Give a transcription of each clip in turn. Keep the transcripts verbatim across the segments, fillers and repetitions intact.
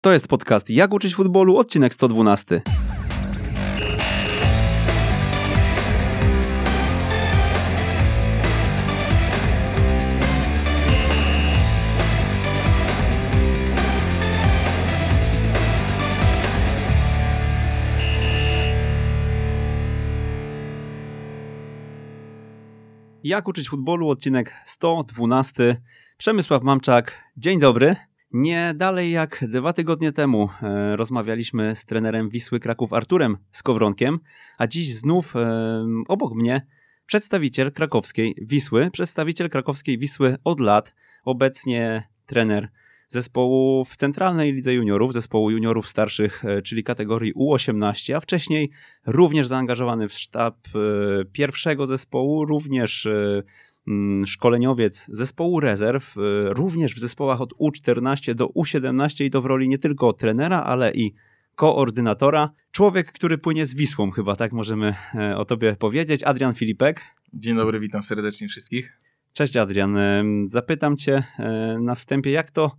To jest podcast Jak uczyć futbolu, odcinek sto dwanaście. Jak uczyć futbolu, odcinek sto dwanaście. Przemysław Mamczak, dzień dobry. Nie dalej jak dwa tygodnie temu e, rozmawialiśmy z trenerem Wisły Kraków Arturem Skowronkiem, a dziś znów e, obok mnie przedstawiciel krakowskiej Wisły, przedstawiciel krakowskiej Wisły od lat, obecnie trener zespołu w Centralnej Lidze Juniorów, zespołu juniorów starszych, e, czyli kategorii U osiemnaście, a wcześniej również zaangażowany w sztab e, pierwszego zespołu, również e, szkoleniowiec zespołu rezerw, również w zespołach od U czternaście do U siedemnaście i to w roli nie tylko trenera, ale i koordynatora. Człowiek, który płynie z Wisłą, chyba tak możemy o tobie powiedzieć. Adrian Filipek. Dzień dobry, witam serdecznie wszystkich. Cześć Adrian. Zapytam cię na wstępie, jak to,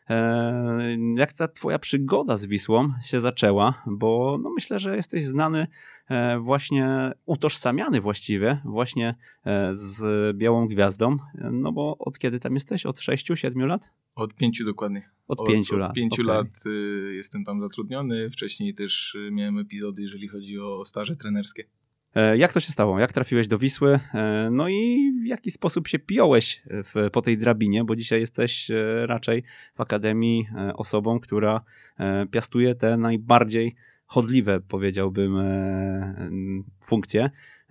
jak ta twoja przygoda z Wisłą się zaczęła, bo no myślę, że jesteś znany właśnie, utożsamiany właściwie właśnie z Białą Gwiazdą, no bo od kiedy tam jesteś? Od sześciu, siedmiu lat? Od pięciu dokładnie. Od, od pięciu lat. Od pięciu okay. lat y, jestem tam zatrudniony, wcześniej też miałem epizody, jeżeli chodzi o staże trenerskie. Jak to się stało? Jak trafiłeś do Wisły? No i w jaki sposób się piąłeś w, po tej drabinie, bo dzisiaj jesteś raczej w Akademii osobą, która piastuje te najbardziej chodliwe, powiedziałbym, funkcje.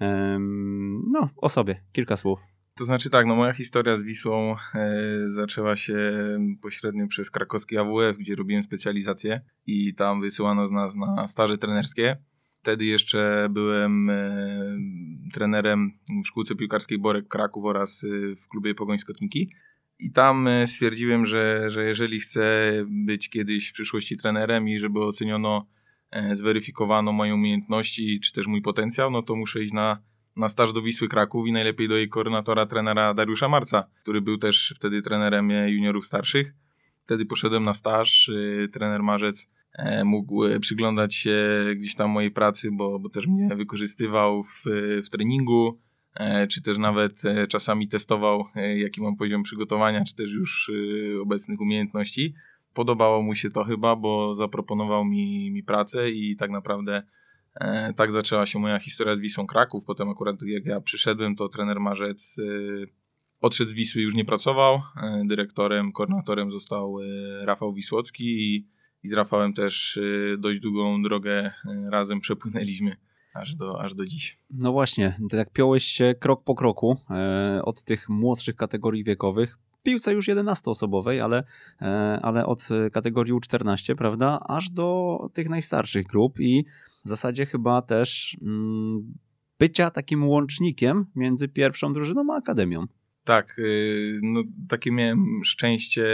No, o sobie, kilka słów. To znaczy tak, no moja historia z Wisłą e, zaczęła się pośrednio przez krakowski A W F, gdzie robiłem specjalizację i tam wysyłano z nas na staże trenerskie. Wtedy jeszcze byłem e, trenerem w szkółce piłkarskiej Borek Kraków oraz e, w klubie Pogoń Skotniki. I tam e, stwierdziłem, że, że jeżeli chcę być kiedyś w przyszłości trenerem i żeby oceniono, e, zweryfikowano moje umiejętności czy też mój potencjał, no to muszę iść na, na staż do Wisły Kraków i najlepiej do jej koordynatora, trenera Dariusza Marca, który był też wtedy trenerem juniorów starszych. Wtedy poszedłem na staż, e, trener Marzec mógł przyglądać się gdzieś tam mojej pracy, bo, bo też mnie wykorzystywał w, w treningu, czy też nawet czasami testował, jaki mam poziom przygotowania, czy też już obecnych umiejętności. Podobało mu się to chyba, bo zaproponował mi, mi pracę i tak naprawdę tak zaczęła się moja historia z Wisłą Kraków. Potem akurat jak ja przyszedłem, to trener Marzec odszedł z Wisły, już nie pracował. Dyrektorem, koordynatorem został Rafał Wisłocki i I z Rafałem też dość długą drogę razem przepłynęliśmy aż do, aż do dziś. No właśnie, to jak piąłeś się krok po kroku e, od tych młodszych kategorii wiekowych, w piłce już jedenastoosobowej, ale, e, ale od kategorii U czternaście, prawda, aż do tych najstarszych grup i w zasadzie chyba też mm, bycia takim łącznikiem między pierwszą drużyną a akademią. Tak, no takie miałem szczęście,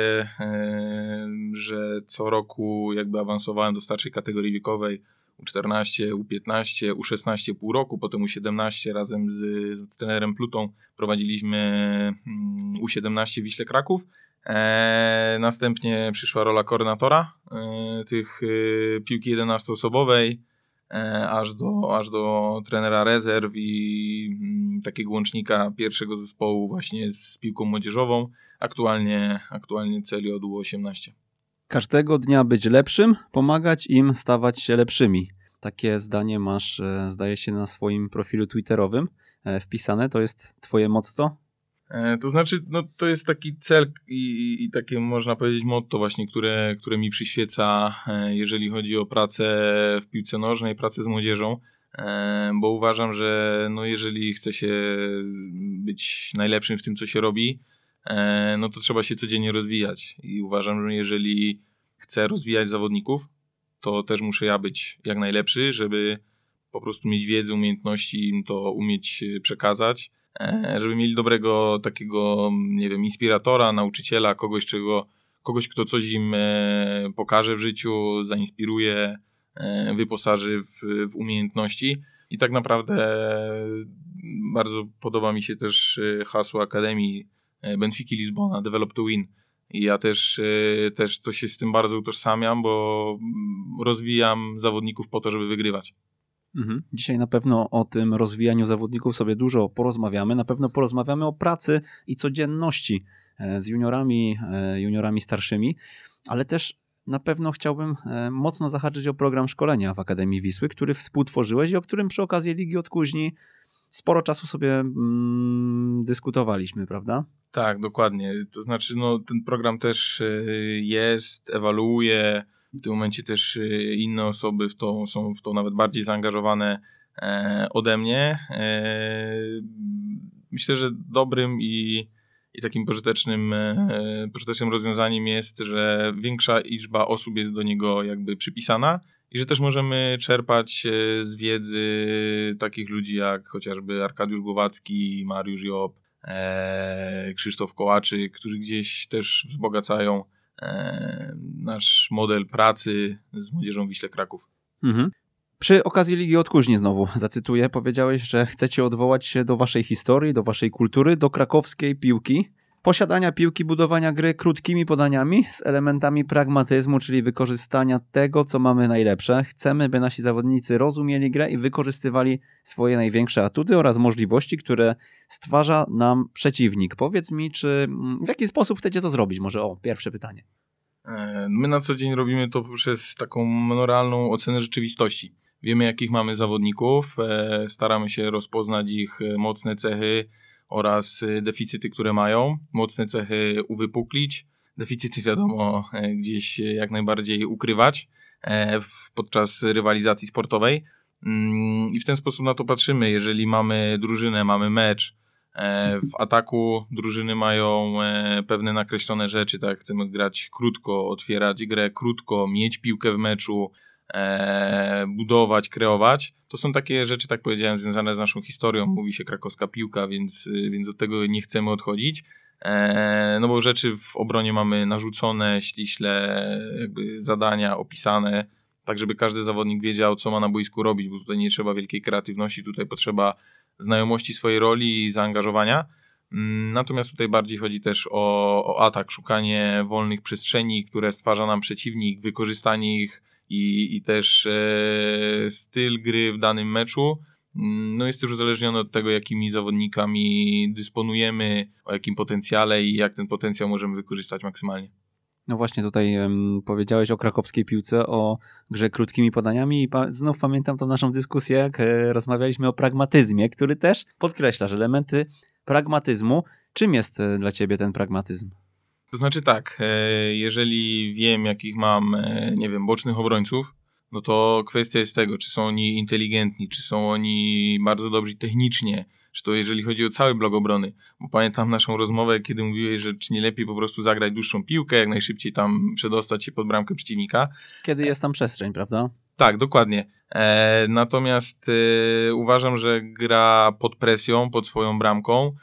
że co roku jakby awansowałem do starszej kategorii wiekowej U czternaście, U piętnaście, U szesnaście pół roku, potem U siedemnaście razem z, z trenerem Plutą prowadziliśmy U siedemnaście w Wiśle Kraków. E, następnie przyszła rola koordynatora e, tych e, piłki jedenastoosobowej, aż do, aż do trenera rezerw i mm, takiego łącznika pierwszego zespołu właśnie z piłką młodzieżową. Aktualnie, aktualnie celi od U osiemnaście. Każdego dnia być lepszym, pomagać im stawać się lepszymi. Takie zdanie masz, zdaje się, na swoim profilu twitterowym wpisane. To jest twoje motto? To znaczy, no to jest taki cel i, i takie można powiedzieć motto właśnie, które, które mi przyświeca, jeżeli chodzi o pracę w piłce nożnej, pracę z młodzieżą, bo uważam, że no jeżeli chce się być najlepszym w tym, co się robi, no to trzeba się codziennie rozwijać i uważam, że jeżeli chcę rozwijać zawodników, to też muszę ja być jak najlepszy, żeby po prostu mieć wiedzę, umiejętności, im to umieć przekazać, żeby mieli dobrego takiego, nie wiem, inspiratora, nauczyciela, kogoś, czego, kogoś, kto coś im pokaże w życiu, zainspiruje, wyposaży w, w umiejętności. I tak naprawdę bardzo podoba mi się też hasło Akademii Benfiki Lizbona, Develop to Win. I ja też, też to się z tym bardzo utożsamiam, bo rozwijam zawodników po to, żeby wygrywać. Mhm. Dzisiaj na pewno o tym rozwijaniu zawodników sobie dużo porozmawiamy. Na pewno porozmawiamy o pracy i codzienności z juniorami, juniorami starszymi, ale też na pewno chciałbym mocno zahaczyć o program szkolenia w Akademii Wisły, który współtworzyłeś i o którym przy okazji Ligi Odkuźni sporo czasu sobie mm, dyskutowaliśmy, prawda? Tak, dokładnie. To znaczy no, ten program też jest, ewaluuje. W tym momencie też inne osoby w to, są w to nawet bardziej zaangażowane e, ode mnie. E, myślę, że dobrym i, i takim pożytecznym, e, pożytecznym rozwiązaniem jest, że większa liczba osób jest do niego jakby przypisana i że też możemy czerpać z wiedzy takich ludzi jak chociażby Arkadiusz Głowacki, Mariusz Job, e, Krzysztof Kołaczyk, którzy gdzieś też wzbogacają nasz model pracy z młodzieżą Wiśle Kraków. Mhm. Przy okazji Ligi Odkuźni znowu zacytuję, powiedziałeś, że chcecie odwołać się do waszej historii, do waszej kultury, do krakowskiej piłki, posiadania piłki, budowania gry krótkimi podaniami z elementami pragmatyzmu, czyli wykorzystania tego, co mamy najlepsze. Chcemy, by nasi zawodnicy rozumieli grę i wykorzystywali swoje największe atuty oraz możliwości, które stwarza nam przeciwnik. Powiedz mi, czy w jaki sposób chcecie to zrobić? Może o, pierwsze pytanie. My na co dzień robimy to poprzez taką monorealną ocenę rzeczywistości. Wiemy, jakich mamy zawodników, staramy się rozpoznać ich mocne cechy oraz deficyty, które mają. Mocne cechy uwypuklić, deficyty wiadomo gdzieś jak najbardziej ukrywać podczas rywalizacji sportowej. I w ten sposób na to patrzymy. Jeżeli mamy drużynę, mamy mecz, w ataku drużyny mają pewne nakreślone rzeczy, tak, chcemy grać krótko, otwierać grę krótko, mieć piłkę w meczu, budować, kreować. To są takie rzeczy, tak powiedziałem, związane z naszą historią. Mówi się krakowska piłka, więc, więc od tego nie chcemy odchodzić. No bo rzeczy w obronie mamy narzucone, ściśle jakby zadania opisane, tak żeby każdy zawodnik wiedział, co ma na boisku robić, bo tutaj nie trzeba wielkiej kreatywności, tutaj potrzeba znajomości swojej roli i zaangażowania. Natomiast tutaj bardziej chodzi też o, o atak, szukanie wolnych przestrzeni, które stwarza nam przeciwnik, wykorzystanie ich i, i też e, styl gry w danym meczu. No jest też uzależniony od tego, jakimi zawodnikami dysponujemy, o jakim potencjale i jak ten potencjał możemy wykorzystać maksymalnie. No właśnie tutaj um, powiedziałeś o krakowskiej piłce, o grze krótkimi podaniami i pa- znów pamiętam tą naszą dyskusję, jak e, rozmawialiśmy o pragmatyzmie, który też podkreślasz elementy pragmatyzmu. Czym jest e, dla ciebie ten pragmatyzm? To znaczy tak, e, jeżeli wiem, jakich mam, e, nie wiem, bocznych obrońców, no to kwestia jest tego, czy są oni inteligentni, czy są oni bardzo dobrzy technicznie, czy to jeżeli chodzi o cały blok obrony, bo pamiętam naszą rozmowę, kiedy mówiłeś, że czy nie lepiej po prostu zagrać dłuższą piłkę, jak najszybciej tam przedostać się pod bramkę przeciwnika. Kiedy jest tam przestrzeń, prawda? Tak, dokładnie. E, natomiast e, uważam, że gra pod presją, pod swoją bramką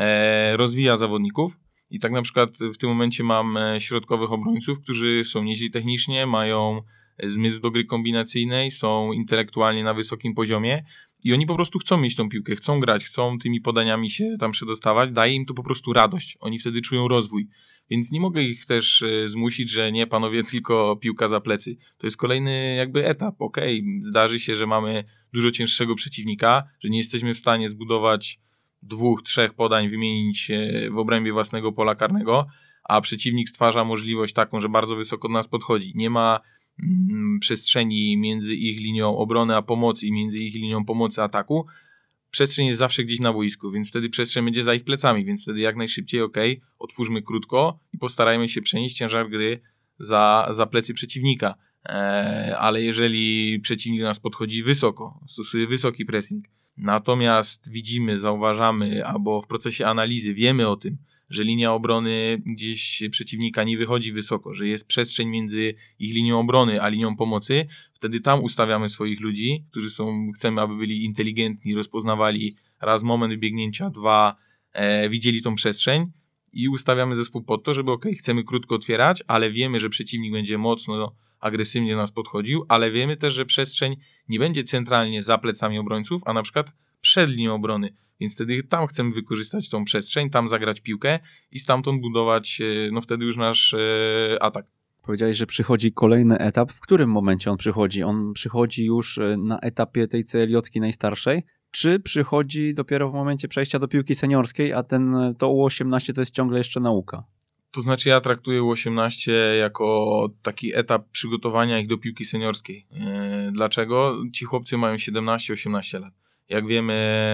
e, rozwija zawodników i tak na przykład w tym momencie mam środkowych obrońców, którzy są nieźli technicznie, mają zmysł do gry kombinacyjnej, są intelektualnie na wysokim poziomie i oni po prostu chcą mieć tą piłkę, chcą grać, chcą tymi podaniami się tam przedostawać, daje im to po prostu radość, oni wtedy czują rozwój, więc nie mogę ich też zmusić, że nie panowie, tylko piłka za plecy. To jest kolejny jakby etap, okej, okay, zdarzy się, że mamy dużo cięższego przeciwnika, że nie jesteśmy w stanie zbudować dwóch, trzech podań, wymienić w obrębie własnego pola karnego, a przeciwnik stwarza możliwość taką, że bardzo wysoko do nas podchodzi, nie ma przestrzeni między ich linią obrony a pomocy i między ich linią pomocy ataku, przestrzeń jest zawsze gdzieś na boisku, więc wtedy przestrzeń będzie za ich plecami, więc wtedy jak najszybciej ok, otwórzmy krótko i postarajmy się przenieść ciężar gry za, za plecy przeciwnika, eee, ale jeżeli przeciwnik nas podchodzi wysoko, stosuje wysoki pressing, natomiast widzimy, zauważamy albo w procesie analizy wiemy o tym, że linia obrony gdzieś przeciwnika nie wychodzi wysoko, że jest przestrzeń między ich linią obrony a linią pomocy, wtedy tam ustawiamy swoich ludzi, którzy są, chcemy, aby byli inteligentni, rozpoznawali raz moment biegnięcia, dwa, e, widzieli tą przestrzeń i ustawiamy zespół pod to, żeby ok, chcemy krótko otwierać, ale wiemy, że przeciwnik będzie mocno agresywnie do nas podchodził, ale wiemy też, że przestrzeń nie będzie centralnie za plecami obrońców, a na przykład przed linią obrony, więc wtedy tam chcemy wykorzystać tą przestrzeń, tam zagrać piłkę i stamtąd budować no wtedy już nasz e, atak. Powiedziałeś, że przychodzi kolejny etap. W którym momencie on przychodzi? On przychodzi już na etapie tej C L J-ki najstarszej, czy przychodzi dopiero w momencie przejścia do piłki seniorskiej, a ten to U osiemnaście to jest ciągle jeszcze nauka? To znaczy ja traktuję U osiemnaście jako taki etap przygotowania ich do piłki seniorskiej. Dlaczego? Ci chłopcy mają siedemnaście osiemnaście lat. Jak wiemy,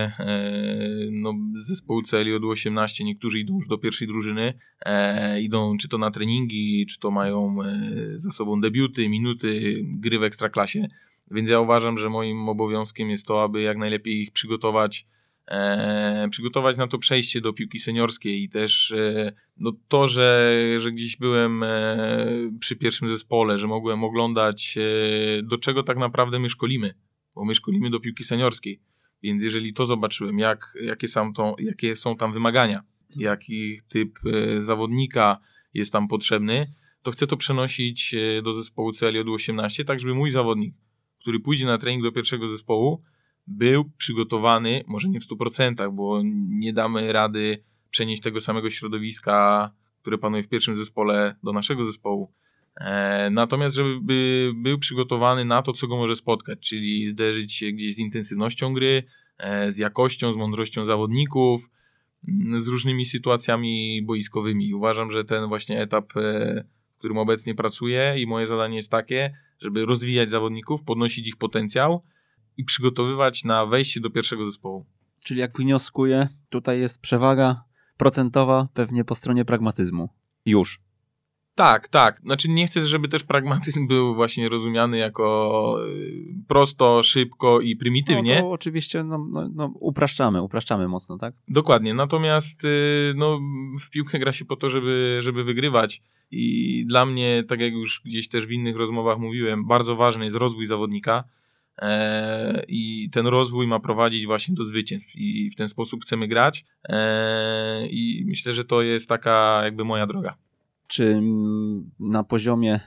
no, z zespołu C L J U osiemnaście niektórzy idą już do pierwszej drużyny, e, idą czy to na treningi, czy to mają za sobą debiuty, minuty, gry w ekstraklasie, więc ja uważam, że moim obowiązkiem jest to, aby jak najlepiej ich przygotować, e, przygotować na to przejście do piłki seniorskiej i też e, no, to, że, że gdzieś byłem e, przy pierwszym zespole, że mogłem oglądać e, do czego tak naprawdę my szkolimy, bo my szkolimy do piłki seniorskiej. Więc jeżeli to zobaczyłem, jak, jakie, są to, jakie są tam wymagania, jaki typ e, zawodnika jest tam potrzebny, to chcę to przenosić e, do zespołu C L J osiemnaście, tak żeby mój zawodnik, który pójdzie na trening do pierwszego zespołu, był przygotowany, może nie w stu procentach, bo nie damy rady przenieść tego samego środowiska, które panuje w pierwszym zespole, do naszego zespołu. E, natomiast żeby był przygotowany na to, co go może spotkać, czyli zderzyć się gdzieś z intensywnością gry, e, z jakością, z mądrością zawodników, m, z różnymi sytuacjami boiskowymi. Uważam, że ten właśnie etap, e, w którym obecnie pracuję i moje zadanie jest takie, żeby rozwijać zawodników, podnosić ich potencjał i przygotowywać na wejście do pierwszego zespołu. Czyli jak wnioskuję, tutaj jest przewaga procentowa pewnie po stronie pragmatyzmu. Już. Tak, tak. Znaczy nie chcę, żeby też pragmatyzm był właśnie rozumiany jako prosto, szybko i prymitywnie. No to oczywiście no, no, no, upraszczamy, upraszczamy mocno, tak? Dokładnie. Natomiast no, w piłkę gra się po to, żeby, żeby wygrywać i dla mnie, tak jak już gdzieś też w innych rozmowach mówiłem, bardzo ważny jest rozwój zawodnika e, i ten rozwój ma prowadzić właśnie do zwycięstw i w ten sposób chcemy grać e, i myślę, że to jest taka jakby moja droga. Czy na poziomie,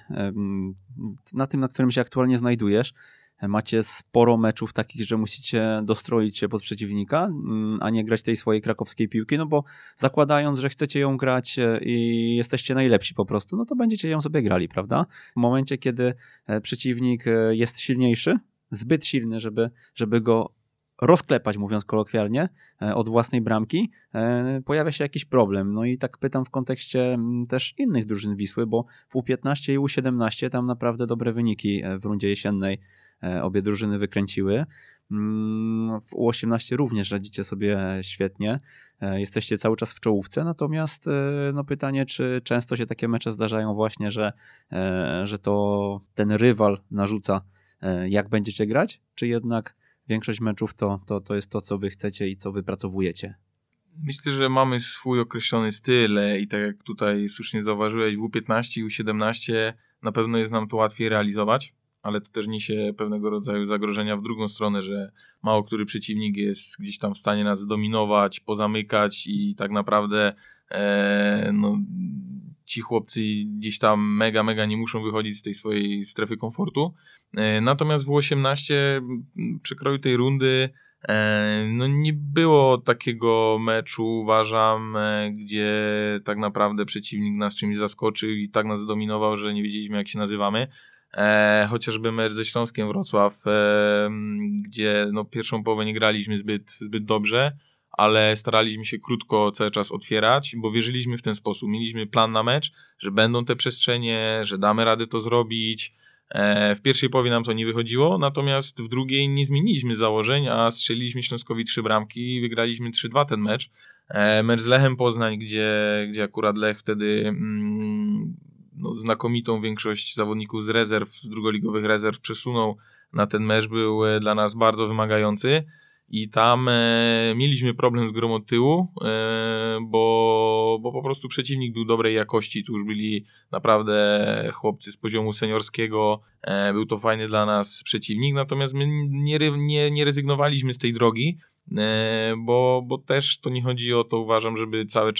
na tym, na którym się aktualnie znajdujesz, macie sporo meczów takich, że musicie dostroić się pod przeciwnika, a nie grać tej swojej krakowskiej piłki, no bo zakładając, że chcecie ją grać i jesteście najlepsi po prostu, no to będziecie ją sobie grali, prawda? W momencie, kiedy przeciwnik jest silniejszy, zbyt silny, żeby, żeby go rozklepać, mówiąc kolokwialnie, od własnej bramki, pojawia się jakiś problem. No i tak pytam w kontekście też innych drużyn Wisły, bo w U piętnaście i U siedemnaście tam naprawdę dobre wyniki w rundzie jesiennej obie drużyny wykręciły. W U osiemnaście również radzicie sobie świetnie. Jesteście cały czas w czołówce, natomiast no pytanie, czy często się takie mecze zdarzają właśnie, że, że to ten rywal narzuca, jak będziecie grać, czy jednak większość meczów to, to, to jest to, co wy chcecie i co wypracowujecie? Myślę, że mamy swój określony styl i tak jak tutaj słusznie zauważyłeś, w U piętnaście i U siedemnaście na pewno jest nam to łatwiej realizować, ale to też niesie pewnego rodzaju zagrożenia w drugą stronę, że mało który przeciwnik jest gdzieś tam w stanie nas zdominować, pozamykać i tak naprawdę e, no, ci chłopcy gdzieś tam mega, mega nie muszą wychodzić z tej swojej strefy komfortu. E, natomiast w U osiemnaście przekroju tej rundy e, no nie było takiego meczu, uważam, e, gdzie tak naprawdę przeciwnik nas czymś zaskoczył i tak nas zdominował, że nie wiedzieliśmy, jak się nazywamy. E, chociażby mecz ze Śląskiem Wrocław, e, gdzie no, pierwszą połowę nie graliśmy zbyt, zbyt dobrze, ale staraliśmy się krótko cały czas otwierać, bo wierzyliśmy w ten sposób. Mieliśmy plan na mecz, że będą te przestrzenie, że damy radę to zrobić. E, w pierwszej połowie nam to nie wychodziło, natomiast w drugiej nie zmieniliśmy założeń, a strzeliliśmy Śląskowi trzy bramki i wygraliśmy trzy dwa ten mecz. E, mecz z Lechem Poznań, gdzie, gdzie akurat Lech wtedy mm, no, znakomitą większość zawodników z rezerw, z drugoligowych rezerw przesunął na ten mecz, był dla nas bardzo wymagający i tam e, mieliśmy problem z grą od tyłu, e, bo, bo po prostu przeciwnik był dobrej jakości, tu już byli naprawdę chłopcy z poziomu seniorskiego, e, był to fajny dla nas przeciwnik, natomiast my nie, nie, nie rezygnowaliśmy z tej drogi, e, bo, bo też to nie chodzi o to, uważam, żeby cały czas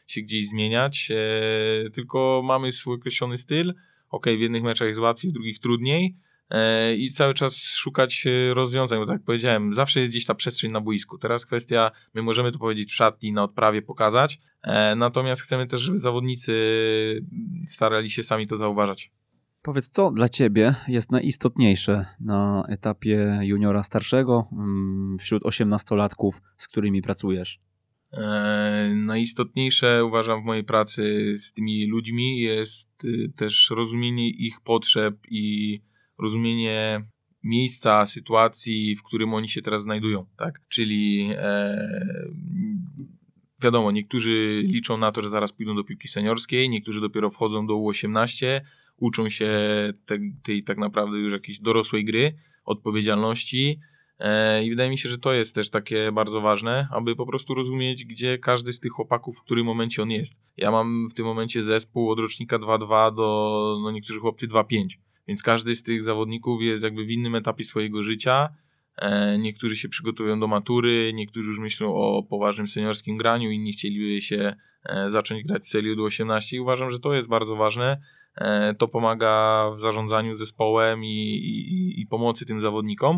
się gdzieś zmieniać, e, tylko mamy swój określony styl. Okej, w jednych meczach jest łatwiej, w drugich trudniej e, i cały czas szukać rozwiązań, bo tak jak powiedziałem, zawsze jest gdzieś ta przestrzeń na boisku. Teraz kwestia, my możemy to powiedzieć w szatni, na odprawie pokazać, e, natomiast chcemy też, żeby zawodnicy starali się sami to zauważać. Powiedz, co dla Ciebie jest najistotniejsze na etapie juniora starszego wśród osiemnastolatków, z którymi pracujesz? E, najistotniejsze uważam w mojej pracy z tymi ludźmi jest też rozumienie ich potrzeb i rozumienie miejsca, sytuacji, w którym oni się teraz znajdują, tak? Czyli e, wiadomo, niektórzy liczą na to, że zaraz pójdą do piłki seniorskiej, niektórzy dopiero wchodzą do U osiemnaście, uczą się tej, tej tak naprawdę już jakiejś dorosłej gry, odpowiedzialności i wydaje mi się, że to jest też takie bardzo ważne, aby po prostu rozumieć, gdzie każdy z tych chłopaków, w którym momencie on jest. Ja mam w tym momencie zespół od rocznika dwa dwa do, no niektórzy chłopcy dwa pięć, więc każdy z tych zawodników jest jakby w innym etapie swojego życia. Niektórzy się przygotowują do matury, niektórzy już myślą o poważnym seniorskim graniu, inni chcieliby się zacząć grać w serii U osiemnaście i uważam, że to jest bardzo ważne. To pomaga w zarządzaniu zespołem i, i, i pomocy tym zawodnikom.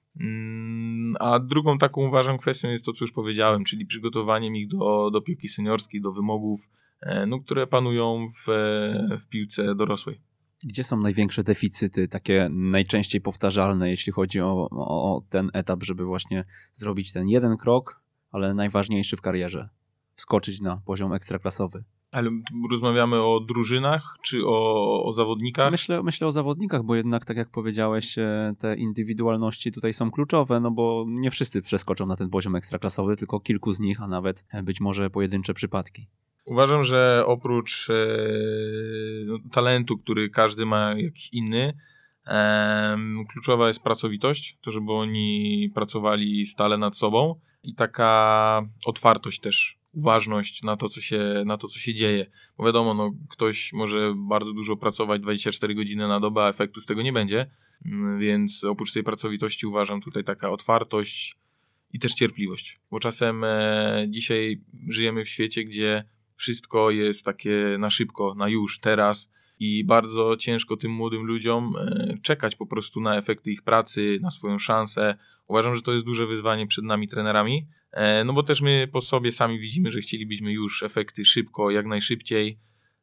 A drugą taką uważam kwestią jest to, co już powiedziałem, czyli przygotowaniem ich do, do piłki seniorskiej, do wymogów, no, które panują w, w piłce dorosłej. Gdzie są największe deficyty, takie najczęściej powtarzalne, jeśli chodzi o, o ten etap, żeby właśnie zrobić ten jeden krok, ale najważniejszy w karierze, wskoczyć na poziom ekstraklasowy? Ale rozmawiamy o drużynach, czy o, o zawodnikach? Myślę, myślę o zawodnikach, bo jednak, tak jak powiedziałeś, te indywidualności tutaj są kluczowe, no bo nie wszyscy przeskoczą na ten poziom ekstraklasowy, tylko kilku z nich, a nawet być może pojedyncze przypadki. Uważam, że oprócz e, no, talentu, który każdy ma jakiś inny, e, kluczowa jest pracowitość, to żeby oni pracowali stale nad sobą i taka otwartość też, uważność na to, co się, na to, co się dzieje. Bo wiadomo, no, ktoś może bardzo dużo pracować, dwadzieścia cztery godziny na dobę, a efektu z tego nie będzie, więc oprócz tej pracowitości uważam tutaj taka otwartość i też cierpliwość, bo czasem e, dzisiaj żyjemy w świecie, gdzie wszystko jest takie na szybko, na już, teraz i bardzo ciężko tym młodym ludziom czekać po prostu na efekty ich pracy, na swoją szansę. Uważam, że to jest duże wyzwanie przed nami trenerami, no bo też my po sobie sami widzimy, że chcielibyśmy już efekty szybko, jak najszybciej,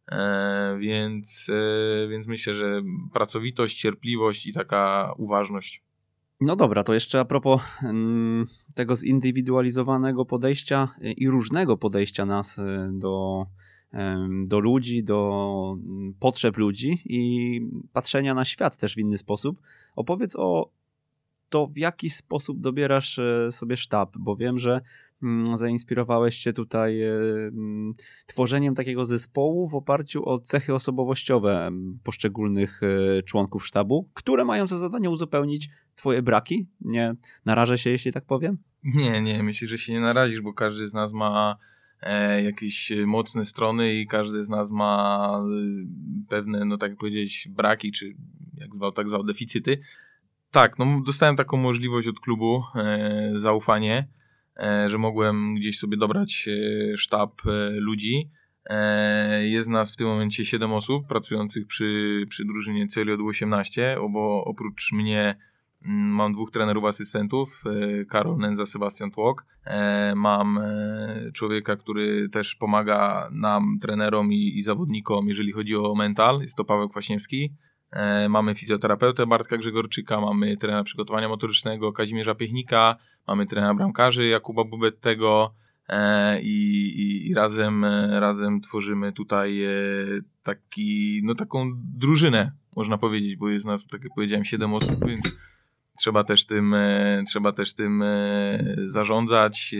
więc, więc myślę, że pracowitość, cierpliwość i taka uważność. No dobra, to jeszcze a propos tego zindywidualizowanego podejścia i różnego podejścia nas do, do ludzi, do potrzeb ludzi i patrzenia na świat też w inny sposób. Opowiedz o to, w jaki sposób dobierasz sobie sztab, bo wiem, że zainspirowałeś się tutaj tworzeniem takiego zespołu w oparciu o cechy osobowościowe poszczególnych członków sztabu, które mają za zadanie uzupełnić twoje braki? Nie narażę się, jeśli tak powiem? Nie, nie, myślę, że się nie narazisz, bo każdy z nas ma e, jakieś mocne strony i każdy z nas ma pewne, no tak powiedzieć, braki, czy jak zwał, tak zwał, deficyty. Tak, no dostałem taką możliwość od klubu, e, zaufanie, e, że mogłem gdzieś sobie dobrać e, sztab e, ludzi. E, jest nas w tym momencie siedem osób pracujących przy, przy drużynie C L J U osiemnaście, bo oprócz mnie mam dwóch trenerów asystentów, Karol Nędza, Sebastian Tłok. Mam człowieka, który też pomaga nam, trenerom i, i zawodnikom, jeżeli chodzi o mental. Jest to Paweł Kwaśniewski. Mamy fizjoterapeutę Bartka Grzegorczyka, mamy trenera przygotowania motorycznego Kazimierza Piechnika, mamy trenera bramkarzy Jakuba Bubettego i, i, i razem, razem tworzymy tutaj taki, no taką drużynę, można powiedzieć, bo jest nas, tak jak powiedziałem, siedem osób, więc Trzeba też tym, trzeba też tym zarządzać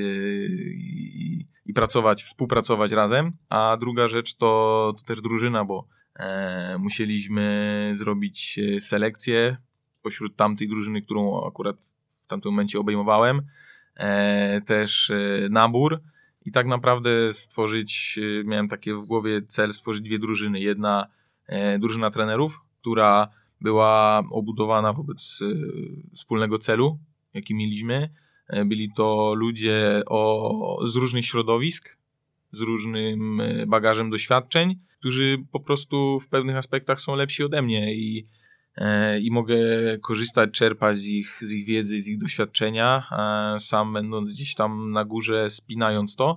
i, i pracować, współpracować razem. A druga rzecz to, to też drużyna, bo e, musieliśmy zrobić selekcję pośród tamtej drużyny, którą akurat w tamtym momencie obejmowałem. E, też e, nabór i tak naprawdę stworzyć, miałem takie w głowie cel stworzyć dwie drużyny. Jedna e, drużyna trenerów, która była obudowana wobec wspólnego celu, jaki mieliśmy. Byli to ludzie o, z różnych środowisk, z różnym bagażem doświadczeń, którzy po prostu w pewnych aspektach są lepsi ode mnie i, i mogę korzystać, czerpać z ich, z ich wiedzy, z ich doświadczenia, sam będąc gdzieś tam na górze, spinając to.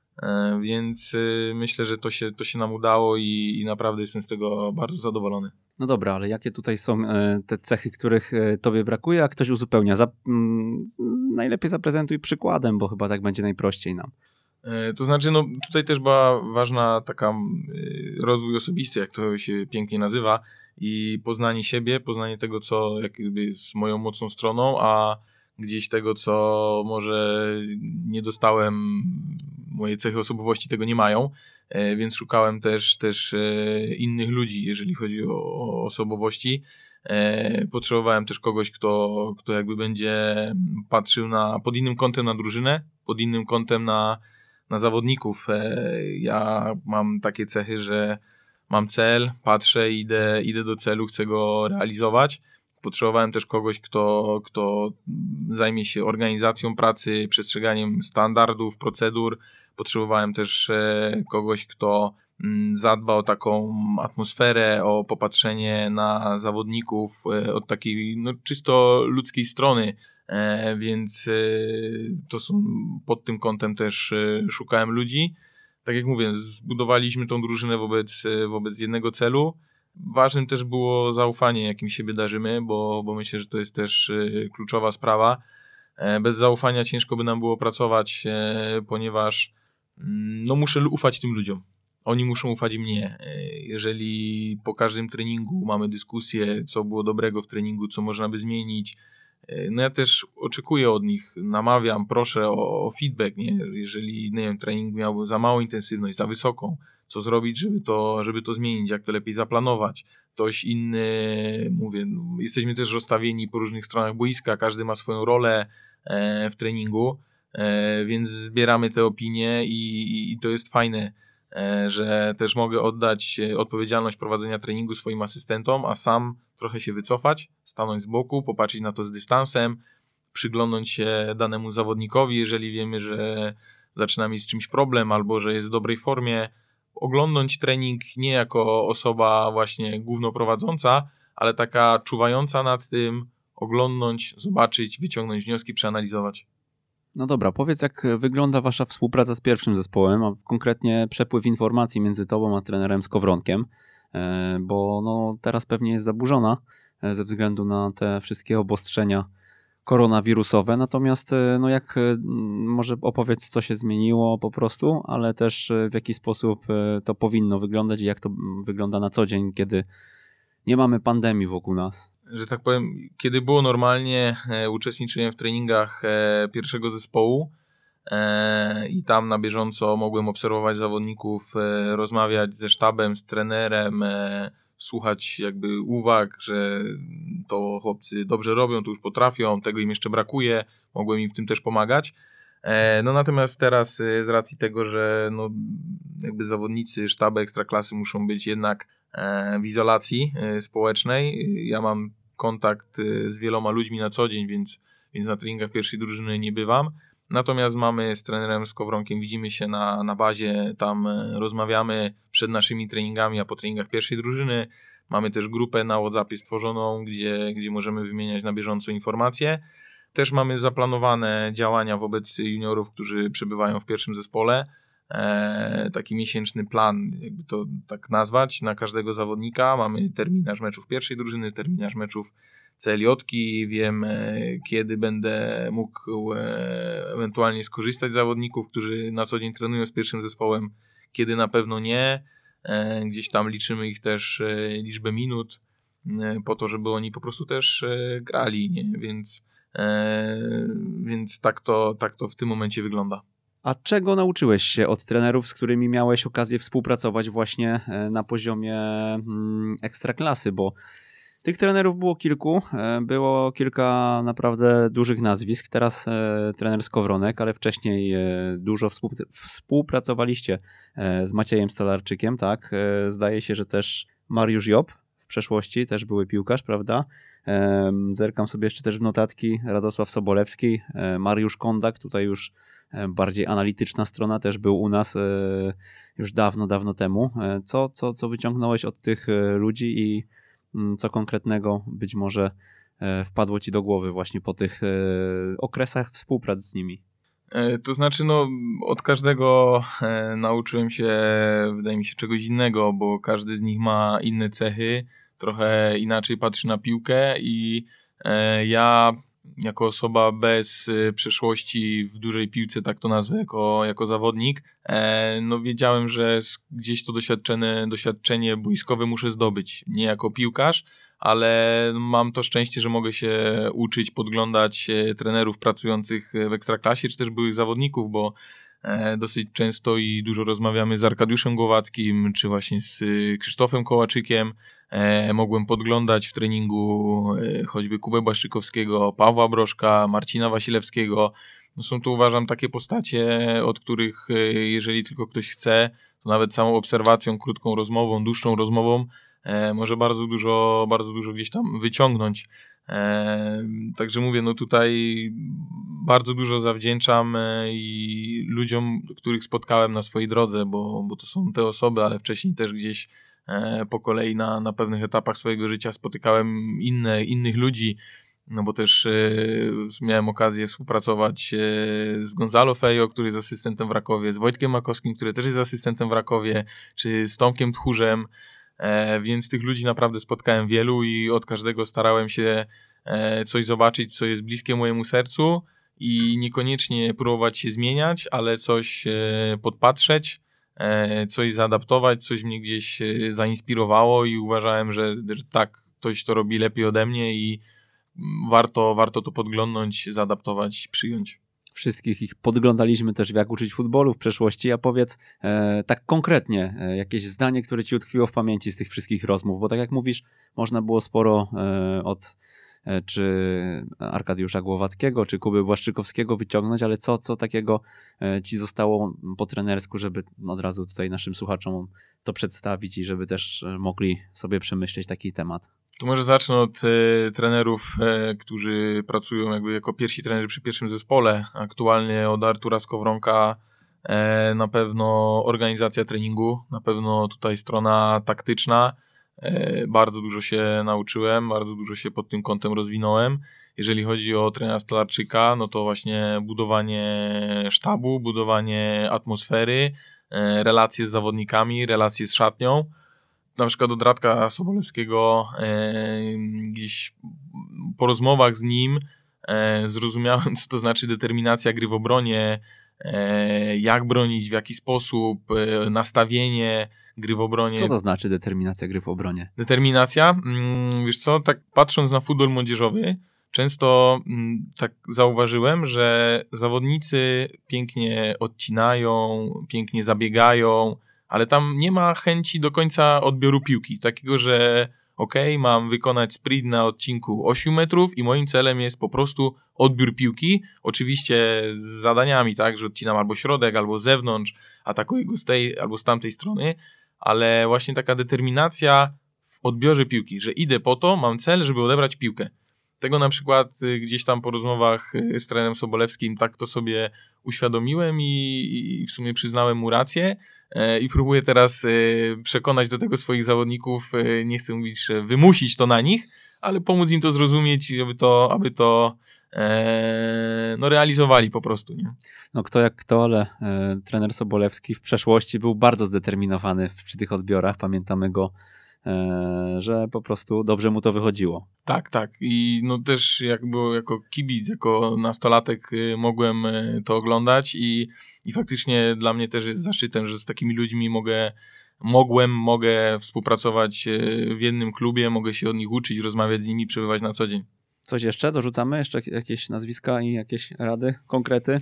Więc myślę, że to się, to się nam udało i, i naprawdę jestem z tego bardzo zadowolony. No dobra, ale jakie tutaj są te cechy, których tobie brakuje, a ktoś uzupełnia? Zap- najlepiej zaprezentuj przykładem, bo chyba tak będzie najprościej nam. To znaczy, no tutaj też była ważna taka rozwój osobisty, jak to się pięknie nazywa, i poznanie siebie, poznanie tego, co jakby jest moją mocną stroną, a gdzieś tego, co może nie dostałem, moje cechy osobowości tego nie mają, więc szukałem też, też innych ludzi, jeżeli chodzi o osobowości. Potrzebowałem też kogoś, kto, kto jakby będzie patrzył na, pod innym kątem na drużynę, pod innym kątem na, na zawodników. Ja mam takie cechy, że mam cel, patrzę, idę, idę do celu, chcę go realizować. Potrzebowałem też kogoś, kto, kto zajmie się organizacją pracy, przestrzeganiem standardów, procedur. Potrzebowałem też kogoś, kto zadba o taką atmosferę, o popatrzenie na zawodników od takiej no, czysto ludzkiej strony, więc to są pod tym kątem też szukałem ludzi. Tak jak mówię, zbudowaliśmy tą drużynę wobec, wobec jednego celu. Ważnym też było zaufanie, jakim siebie darzymy, bo, bo myślę, że to jest też kluczowa sprawa. Bez zaufania ciężko by nam było pracować, ponieważ no, muszę ufać tym ludziom. Oni muszą ufać mnie. Jeżeli po każdym treningu mamy dyskusję, co było dobrego w treningu, co można by zmienić, no ja też oczekuję od nich, namawiam, proszę o, o feedback, nie? Jeżeli nie wiem, trening miał za małą intensywność, za wysoką, co zrobić, żeby to, żeby to zmienić, jak to lepiej zaplanować. Ktoś inny, mówię, no, jesteśmy też rozstawieni po różnych stronach boiska, każdy ma swoją rolę e, w treningu, e, więc zbieramy te opinie i, i, i to jest fajne, e, że też mogę oddać odpowiedzialność prowadzenia treningu swoim asystentom, a sam trochę się wycofać, stanąć z boku, popatrzeć na to z dystansem, przyglądnąć się danemu zawodnikowi, jeżeli wiemy, że zaczyna mieć z czymś problem albo że jest w dobrej formie, oglądnąć trening nie jako osoba właśnie głównoprowadząca, ale taka czuwająca nad tym, oglądnąć, zobaczyć, wyciągnąć wnioski, przeanalizować. No dobra, powiedz, jak wygląda wasza współpraca z pierwszym zespołem, a konkretnie przepływ informacji między tobą a trenerem Skowronkiem, bo no teraz pewnie jest zaburzona ze względu na te wszystkie obostrzenia koronawirusowe, natomiast no jak może opowiedz, co się zmieniło po prostu, ale też w jaki sposób to powinno wyglądać i jak to wygląda na co dzień, kiedy nie mamy pandemii wokół nas. Że tak powiem, kiedy było normalnie, e, uczestniczyłem w treningach e, pierwszego zespołu e, i tam na bieżąco mogłem obserwować zawodników, e, rozmawiać ze sztabem, z trenerem, e, słuchać jakby uwag, że to chłopcy dobrze robią, to już potrafią, tego im jeszcze brakuje, mogłem im w tym też pomagać. E, no natomiast teraz e, z racji tego, że no, jakby zawodnicy sztabu ekstraklasy muszą być jednak w izolacji społecznej. Ja mam kontakt z wieloma ludźmi na co dzień, więc, więc na treningach pierwszej drużyny nie bywam. Natomiast mamy z trenerem Skowronkiem, widzimy się na, na bazie, tam rozmawiamy przed naszymi treningami, a po treningach pierwszej drużyny. Mamy też grupę na WhatsAppie stworzoną, gdzie, gdzie możemy wymieniać na bieżąco informacje. Też mamy zaplanowane działania wobec juniorów, którzy przebywają w pierwszym zespole. E, taki miesięczny plan, jakby to tak nazwać, na każdego zawodnika. Mamy terminarz meczów pierwszej drużyny, terminarz meczów C L J-ki. Wiem, e, kiedy będę mógł e, ewentualnie skorzystać z zawodników, którzy na co dzień trenują z pierwszym zespołem, kiedy na pewno nie. E, gdzieś tam liczymy ich też e, liczbę minut e, po to, żeby oni po prostu też e, grali, nie? Więc, e, więc tak to, tak to w tym momencie wygląda. A czego nauczyłeś się od trenerów, z którymi miałeś okazję współpracować właśnie na poziomie ekstraklasy? Bo tych trenerów było kilku, było kilka naprawdę dużych nazwisk. Teraz trener Skowronek, ale wcześniej dużo współpracowaliście z Maciejem Stolarczykiem, tak? Zdaje się, że też Mariusz Job w przeszłości też były piłkarz, prawda? Zerkam sobie jeszcze też w notatki. Radosław Sobolewski, Mariusz Kondak, tutaj już bardziej analityczna strona, też był u nas już dawno, dawno temu. Co, co, co wyciągnąłeś od tych ludzi i co konkretnego być może wpadło ci do głowy właśnie po tych okresach współpracy z nimi? To znaczy, no, od każdego nauczyłem się, wydaje mi się, czegoś innego, bo każdy z nich ma inne cechy, trochę inaczej patrzy na piłkę i ja jako osoba bez przeszłości w dużej piłce, tak to nazwę, jako, jako zawodnik, no wiedziałem, że gdzieś to doświadczenie, doświadczenie boiskowe muszę zdobyć, nie jako piłkarz, ale mam to szczęście, że mogę się uczyć, podglądać trenerów pracujących w Ekstraklasie, czy też byłych zawodników, bo dosyć często i dużo rozmawiamy z Arkadiuszem Głowackim, czy właśnie z Krzysztofem Kołaczykiem. Mogłem podglądać w treningu choćby Kubę Błaszczykowskiego, Pawła Brożka, Marcina Wasilewskiego. No są to, uważam, takie postacie, od których jeżeli tylko ktoś chce, to nawet samą obserwacją, krótką rozmową, dłuższą rozmową może bardzo dużo, bardzo dużo gdzieś tam wyciągnąć. Także mówię, no tutaj bardzo dużo zawdzięczam i ludziom, których spotkałem na swojej drodze, bo, bo to są te osoby, ale wcześniej też gdzieś po kolei na, na pewnych etapach swojego życia spotykałem inne, innych ludzi, no bo też miałem okazję współpracować z Gonzalo Fejo, który jest asystentem w Rakowie, z Wojtkiem Makowskim, który też jest asystentem w Rakowie, czy z Tomkiem Tchórzem. Więc tych ludzi naprawdę spotkałem wielu i od każdego starałem się coś zobaczyć, co jest bliskie mojemu sercu i niekoniecznie próbować się zmieniać, ale coś podpatrzeć, coś zaadaptować, coś mnie gdzieś zainspirowało i uważałem, że, że tak, ktoś to robi lepiej ode mnie i warto, warto to podglądnąć, zaadaptować, przyjąć. Wszystkich ich podglądaliśmy też, jak uczyć futbolu w przeszłości, a powiedz e, tak konkretnie e, jakieś zdanie, które ci utkwiło w pamięci z tych wszystkich rozmów, bo tak jak mówisz, można było sporo e, od e, czy Arkadiusza Głowackiego, czy Kuby Błaszczykowskiego wyciągnąć, ale co, co takiego e, ci zostało po trenersku, żeby od razu tutaj naszym słuchaczom to przedstawić i żeby też mogli sobie przemyśleć taki temat? To może zacznę od e, trenerów, e, którzy pracują jakby jako pierwsi trenerzy przy pierwszym zespole. Aktualnie od Artura Skowronka e, na pewno organizacja treningu, na pewno tutaj strona taktyczna. E, bardzo dużo się nauczyłem, bardzo dużo się pod tym kątem rozwinąłem. Jeżeli chodzi o trenera Stolarczyka, no to właśnie budowanie sztabu, budowanie atmosfery, e, relacje z zawodnikami, relacje z szatnią. Na przykład od Radka Sobolewskiego e, gdzieś po rozmowach z nim e, zrozumiałem, co to znaczy determinacja gry w obronie, e, jak bronić, w jaki sposób, e, nastawienie gry w obronie. Co to znaczy determinacja gry w obronie? Determinacja? Mm, wiesz co, tak patrząc na futbol młodzieżowy, często mm, tak zauważyłem, że zawodnicy pięknie odcinają, pięknie zabiegają, ale tam nie ma chęci do końca odbioru piłki. Takiego, że okej, okay, mam wykonać sprint na odcinku osiem metrów i moim celem jest po prostu odbiór piłki. Oczywiście z zadaniami, tak, że odcinam albo środek, albo z zewnątrz, atakuję go z tej albo z tamtej strony, ale właśnie taka determinacja w odbiorze piłki, że idę po to, mam cel, żeby odebrać piłkę. Tego na przykład gdzieś tam po rozmowach z trenerem Sobolewskim tak to sobie uświadomiłem i, i w sumie przyznałem mu rację i próbuję teraz przekonać do tego swoich zawodników, nie chcę mówić, że wymusić to na nich, ale pomóc im to zrozumieć, aby to, aby to e, no realizowali po prostu. Nie? No kto jak kto, ale e, trener Sobolewski w przeszłości był bardzo zdeterminowany przy tych odbiorach, pamiętamy go, że po prostu dobrze mu to wychodziło. Tak, tak. I no też jakby jako kibic, jako nastolatek mogłem to oglądać i, i faktycznie dla mnie też jest zaszczytem, że z takimi ludźmi mogę, mogłem, mogę współpracować w jednym klubie, mogę się od nich uczyć, rozmawiać z nimi, przebywać na co dzień. Coś jeszcze dorzucamy? Jeszcze jakieś nazwiska i jakieś rady, konkrety?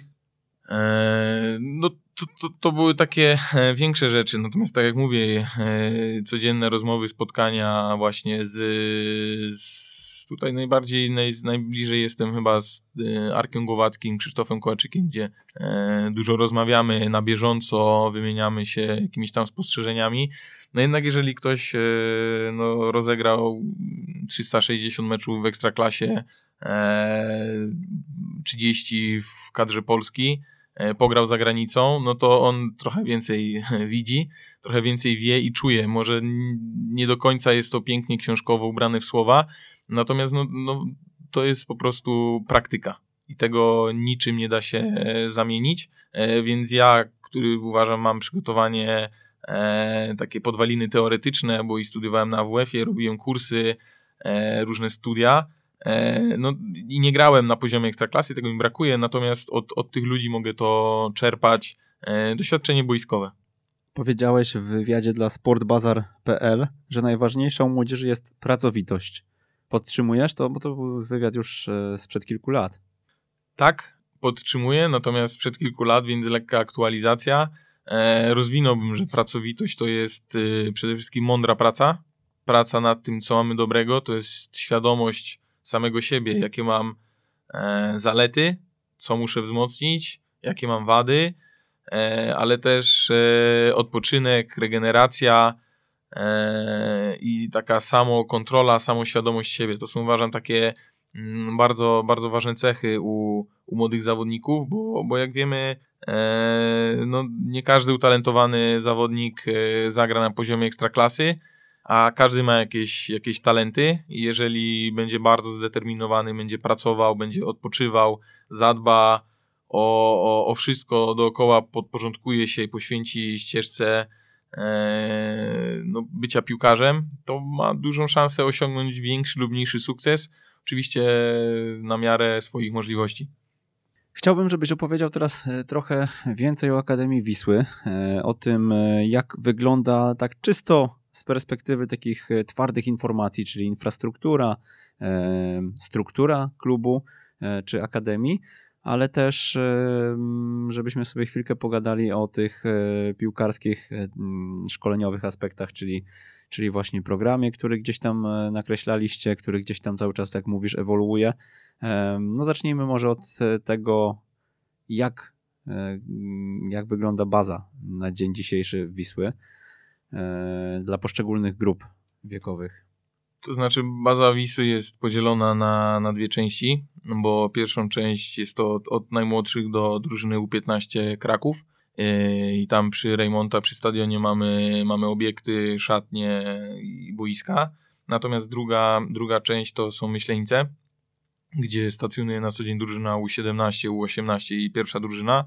No to, to, to były takie większe rzeczy, natomiast tak jak mówię, codzienne rozmowy, spotkania właśnie z, z Natomiast tutaj najbardziej, naj, najbliżej jestem chyba z y, Arkiem Głowackim, Krzysztofem Kołaczykiem, gdzie y, dużo rozmawiamy na bieżąco, wymieniamy się jakimiś tam spostrzeżeniami. No jednak jeżeli ktoś y, no, rozegrał trzysta sześćdziesiąt meczów w Ekstraklasie, y, trzydzieści w kadrze Polski, y, pograł za granicą, no to on trochę więcej widzi, trochę więcej wie i czuje. Może nie do końca jest to pięknie książkowo ubrane w słowa, natomiast no, no, to jest po prostu praktyka i tego niczym nie da się zamienić, e, więc ja, który uważam mam przygotowanie e, takie podwaliny teoretyczne, bo i studiowałem na A W F-ie, robiłem kursy, e, różne studia, e, no i nie grałem na poziomie ekstraklasy, tego mi brakuje, natomiast od, od tych ludzi mogę to czerpać, e, doświadczenie boiskowe. Powiedziałeś w wywiadzie dla sportbazar kropka p l, że najważniejsza u młodzieży jest pracowitość. Podtrzymujesz to? Bo to był wywiad już sprzed kilku lat. Tak, podtrzymuję, natomiast sprzed kilku lat, więc lekka aktualizacja. E, rozwinąłbym, że pracowitość to jest y, przede wszystkim mądra praca. Praca nad tym, co mamy dobrego, to jest świadomość samego siebie, jakie mam e, zalety, co muszę wzmocnić, jakie mam wady, ale też odpoczynek, regeneracja i taka samokontrola, samoświadomość siebie. To są, uważam, takie bardzo, bardzo ważne cechy u, u młodych zawodników, bo, bo jak wiemy, no, nie każdy utalentowany zawodnik zagra na poziomie ekstraklasy, a każdy ma jakieś, jakieś talenty i jeżeli będzie bardzo zdeterminowany, będzie pracował, będzie odpoczywał, zadba O, o, o wszystko dookoła, podporządkuje się i poświęci ścieżce e, no, bycia piłkarzem, to ma dużą szansę osiągnąć większy lub mniejszy sukces, oczywiście na miarę swoich możliwości. Chciałbym, żebyś opowiedział teraz trochę więcej o Akademii Wisły, o tym, jak wygląda tak czysto z perspektywy takich twardych informacji, czyli infrastruktura, struktura klubu czy akademii, ale też żebyśmy sobie chwilkę pogadali o tych piłkarskich, szkoleniowych aspektach, czyli, czyli właśnie programie, który gdzieś tam nakreślaliście, który gdzieś tam cały czas, jak mówisz, ewoluuje. No zacznijmy może od tego, jak, jak wygląda baza na dzień dzisiejszy Wisły dla poszczególnych grup wiekowych. To znaczy baza Wisły jest podzielona na, na dwie części, bo pierwszą część jest to od, od najmłodszych do drużyny U piętnaście Kraków i tam przy Rejmonta, przy stadionie mamy, mamy obiekty, szatnie i boiska. Natomiast druga, druga część to są Myśleńce, gdzie stacjonuje na co dzień drużyna U siedemnaście, U osiemnaście i pierwsza drużyna.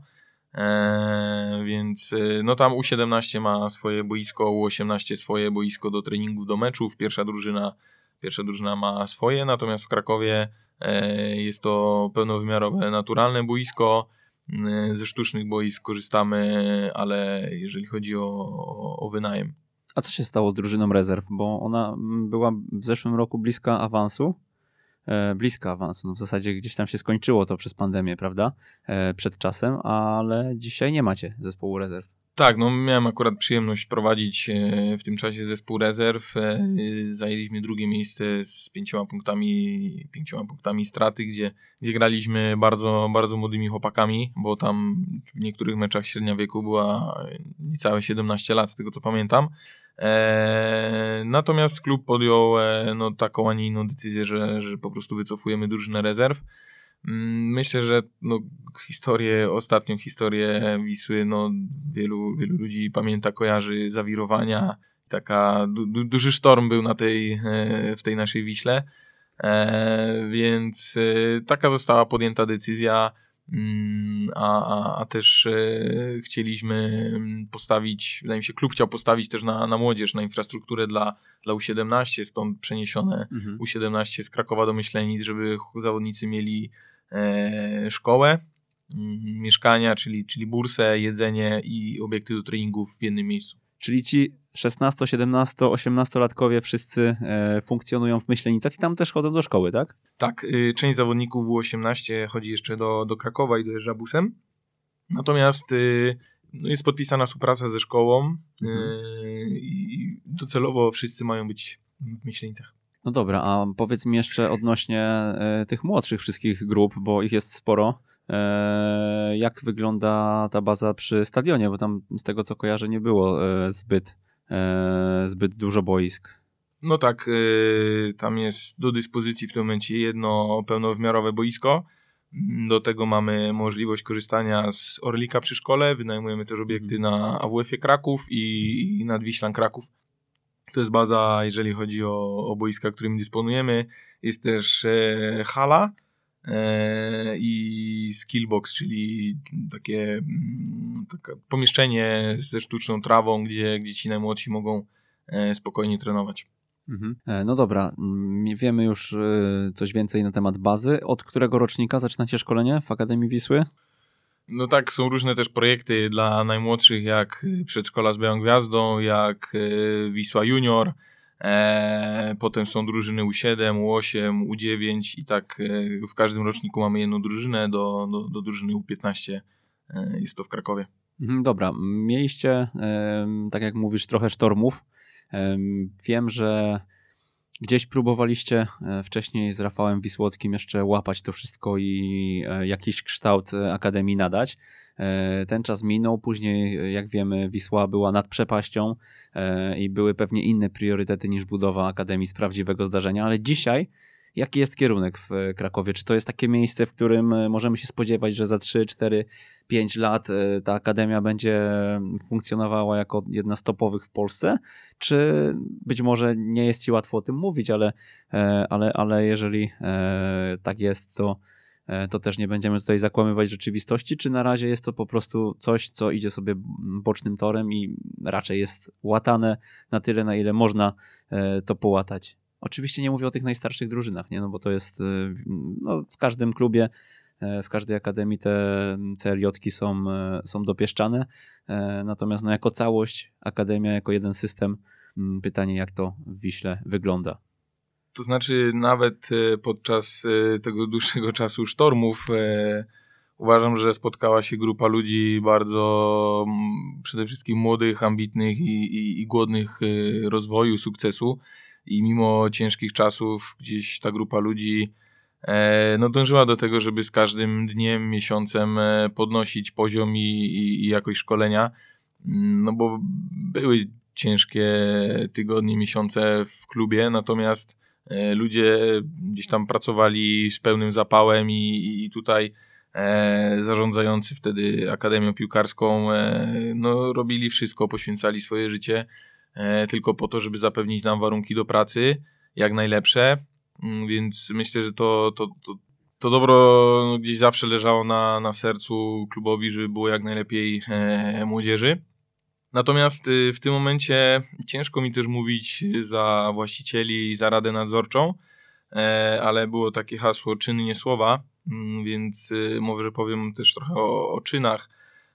Eee, więc no tam U siedemnaście ma swoje boisko, U osiemnaście swoje boisko do treningów, do meczów, pierwsza drużyna, pierwsza drużyna ma swoje, natomiast w Krakowie e, jest to pełnowymiarowe, naturalne boisko, e, ze sztucznych boisk korzystamy, ale jeżeli chodzi o, o, o wynajem. A co się stało z drużyną rezerw? Bo ona była w zeszłym roku bliska awansu, bliska awansu. No w zasadzie gdzieś tam się skończyło to przez pandemię, prawda? Przed czasem, ale dzisiaj nie macie zespołu rezerw. Tak, no miałem akurat przyjemność prowadzić w tym czasie zespół rezerw. Zajęliśmy drugie miejsce z pięcioma punktami, pięcioma punktami straty, gdzie, gdzie graliśmy bardzo, bardzo młodymi chłopakami, bo tam w niektórych meczach średnia wieku była niecałe siedemnaście lat, z tego co pamiętam. E, natomiast klub podjął e, no, taką, a nie inną decyzję, że, że po prostu wycofujemy drużynę rezerw. Myślę, że no, historię, ostatnią historię Wisły, no, wielu, wielu ludzi pamięta, kojarzy zawirowania. Taka du, du, duży sztorm był na tej, e, w tej naszej Wiśle, e, więc e, taka została podjęta decyzja. A, a, a też e, chcieliśmy postawić, wydaje mi się, klub chciał postawić też na, na młodzież, na infrastrukturę dla, dla U siedemnaście, stąd przeniesione mhm. U siedemnaście z Krakowa do Myślenic, żeby zawodnicy mieli e, szkołę, m, mieszkania, czyli, czyli bursę, jedzenie i obiekty do treningów w jednym miejscu. Czyli ci szesnasto, siedemnasto, osiemnastolatkowie wszyscy e, funkcjonują w Myślenicach i tam też chodzą do szkoły, tak? Tak, y, część zawodników U osiemnaście chodzi jeszcze do, do Krakowa i dojeżdża busem. Natomiast y, no jest podpisana współpraca ze szkołą mhm. y, i docelowo wszyscy mają być w Myślenicach. No dobra, a powiedz mi jeszcze odnośnie e, tych młodszych wszystkich grup, bo ich jest sporo. E, jak wygląda ta baza przy stadionie? Bo tam z tego co kojarzę nie było e, zbyt, e, zbyt dużo boisk. No tak, yy, tam jest do dyspozycji w tym momencie jedno pełnowymiarowe boisko. Do tego mamy możliwość korzystania z Orlika przy szkole. Wynajmujemy też obiekty na A W F-ie Kraków i, i Nadwiślan Kraków. To jest baza, jeżeli chodzi o, o boiska, którymi dysponujemy. Jest też e, hala e, i skillbox, czyli takie m, takie pomieszczenie ze sztuczną trawą, gdzie, gdzie ci najmłodsi mogą e, spokojnie trenować. Mhm. No dobra, wiemy już coś więcej na temat bazy. Od którego rocznika zaczynacie szkolenie w Akademii Wisły? No tak, są różne też projekty dla najmłodszych, jak Przedszkola z Białą Gwiazdą, jak Wisła Junior, e, potem są drużyny U siedem, U osiem, U dziewięć i tak e, w każdym roczniku mamy jedną drużynę, do, do, do drużyny U piętnaście e, jest to w Krakowie. Dobra, mieliście, e, tak jak mówisz, trochę sztormów. E, wiem, że gdzieś próbowaliście wcześniej z Rafałem Wisłockim jeszcze łapać to wszystko i jakiś kształt Akademii nadać. Ten czas minął, później jak wiemy Wisła była nad przepaścią i były pewnie inne priorytety niż budowa Akademii z prawdziwego zdarzenia, ale dzisiaj jaki jest kierunek w Krakowie? Czy to jest takie miejsce, w którym możemy się spodziewać, że za trzy, cztery, pięć lat ta akademia będzie funkcjonowała jako jedna z topowych w Polsce? Czy być może nie jest ci łatwo o tym mówić, ale, ale, ale jeżeli tak jest, to, to też nie będziemy tutaj zakłamywać rzeczywistości? Czy na razie jest to po prostu coś, co idzie sobie bocznym torem i raczej jest łatane na tyle, na ile można to połatać? Oczywiście nie mówię o tych najstarszych drużynach, nie? No bo to jest no, w każdym klubie, w każdej akademii te C L J-ki są, są dopieszczane, natomiast no, jako całość, akademia jako jeden system, pytanie jak to w Wiśle wygląda. To znaczy nawet podczas tego dłuższego czasu sztormów e, uważam, że spotkała się grupa ludzi bardzo przede wszystkim młodych, ambitnych i, i, i głodnych rozwoju, sukcesu. I mimo ciężkich czasów gdzieś ta grupa ludzi e, no dążyła do tego, żeby z każdym dniem, miesiącem e, podnosić poziom i, i, i jakość szkolenia. No bo były ciężkie tygodnie, miesiące w klubie, natomiast e, ludzie gdzieś tam pracowali z pełnym zapałem i, i tutaj e, zarządzający wtedy Akademią Piłkarską e, no robili wszystko, poświęcali swoje życie tylko po to, żeby zapewnić nam warunki do pracy jak najlepsze, więc myślę, że to, to, to, to dobro gdzieś zawsze leżało na, na sercu klubowi, żeby było jak najlepiej e, młodzieży. Natomiast w tym momencie ciężko mi też mówić za właścicieli i za radę nadzorczą, e, ale było takie hasło czyny nie słowa, więc e, może powiem też trochę o, o czynach.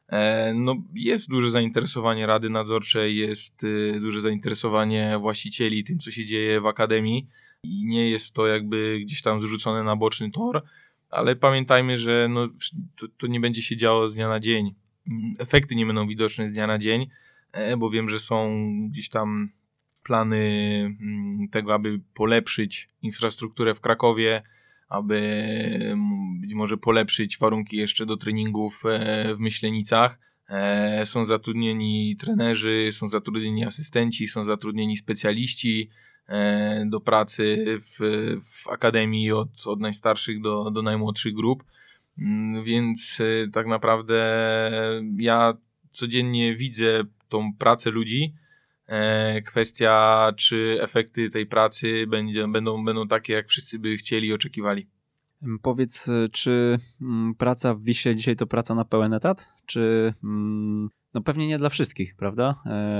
No, jest duże zainteresowanie Rady Nadzorczej, jest duże zainteresowanie właścicieli tym, co się dzieje w Akademii i nie jest to jakby gdzieś tam zrzucone na boczny tor, ale pamiętajmy, że no, to, to nie będzie się działo z dnia na dzień. Efekty nie będą widoczne z dnia na dzień, bo wiem, że są gdzieś tam plany tego, aby polepszyć infrastrukturę w Krakowie, aby być może polepszyć warunki jeszcze do treningów w Myślenicach. Są zatrudnieni trenerzy, są zatrudnieni asystenci, są zatrudnieni specjaliści do pracy w, w akademii od, od najstarszych do, do najmłodszych grup, więc tak naprawdę ja codziennie widzę tą pracę ludzi. Kwestia, czy efekty tej pracy będzie, będą, będą takie, jak wszyscy by chcieli i oczekiwali. Powiedz, czy praca w Wiśle dzisiaj to praca na pełen etat? Czy no pewnie nie dla wszystkich, prawda?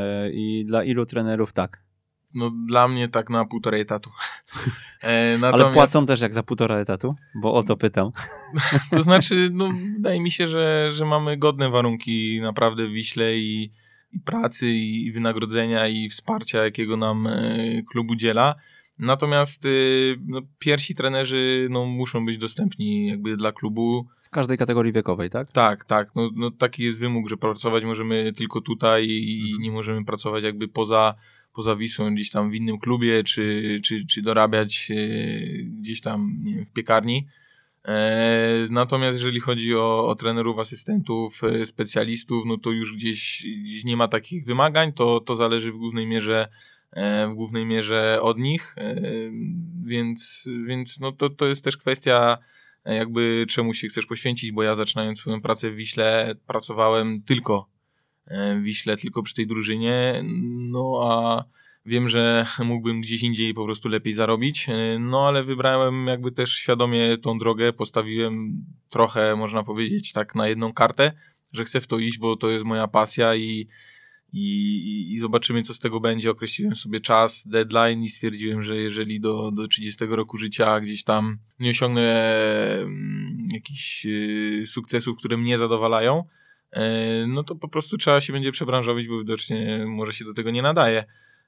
I dla ilu trenerów tak? No dla mnie tak na półtorej etatu. Natomiast... Ale płacą też jak za półtora etatu? Bo o to pytam. To znaczy, no wydaje mi się, że, że mamy godne warunki naprawdę w Wiśle i i pracy, i wynagrodzenia, i wsparcia, jakiego nam klub udziela. Natomiast no, pierwsi trenerzy no, muszą być dostępni jakby dla klubu. W każdej kategorii wiekowej, tak? Tak, tak. No, no, taki jest wymóg, że pracować możemy tylko tutaj i nie możemy pracować jakby poza, poza Wisłą gdzieś tam w innym klubie, czy, czy, czy dorabiać gdzieś tam, nie wiem, w piekarni. Natomiast jeżeli chodzi o, o trenerów, asystentów, specjalistów, no to już gdzieś, gdzieś nie ma takich wymagań, to, to zależy w głównej mierze w głównej mierze od nich, więc, więc no to, to jest też kwestia jakby czemu się chcesz poświęcić, bo ja zaczynając swoją pracę w Wiśle pracowałem tylko w Wiśle, tylko przy tej drużynie, no a wiem, że mógłbym gdzieś indziej po prostu lepiej zarobić, no ale wybrałem jakby też świadomie tą drogę, postawiłem trochę, można powiedzieć, tak na jedną kartę, że chcę w to iść, bo to jest moja pasja i, i, i zobaczymy, co z tego będzie. Określiłem sobie czas, deadline i stwierdziłem, że jeżeli do, do trzydziestego roku życia gdzieś tam nie osiągnę jakichś sukcesów, które mnie zadowalają, no to po prostu trzeba się będzie przebranżowić, bo widocznie może się do tego nie nadaje.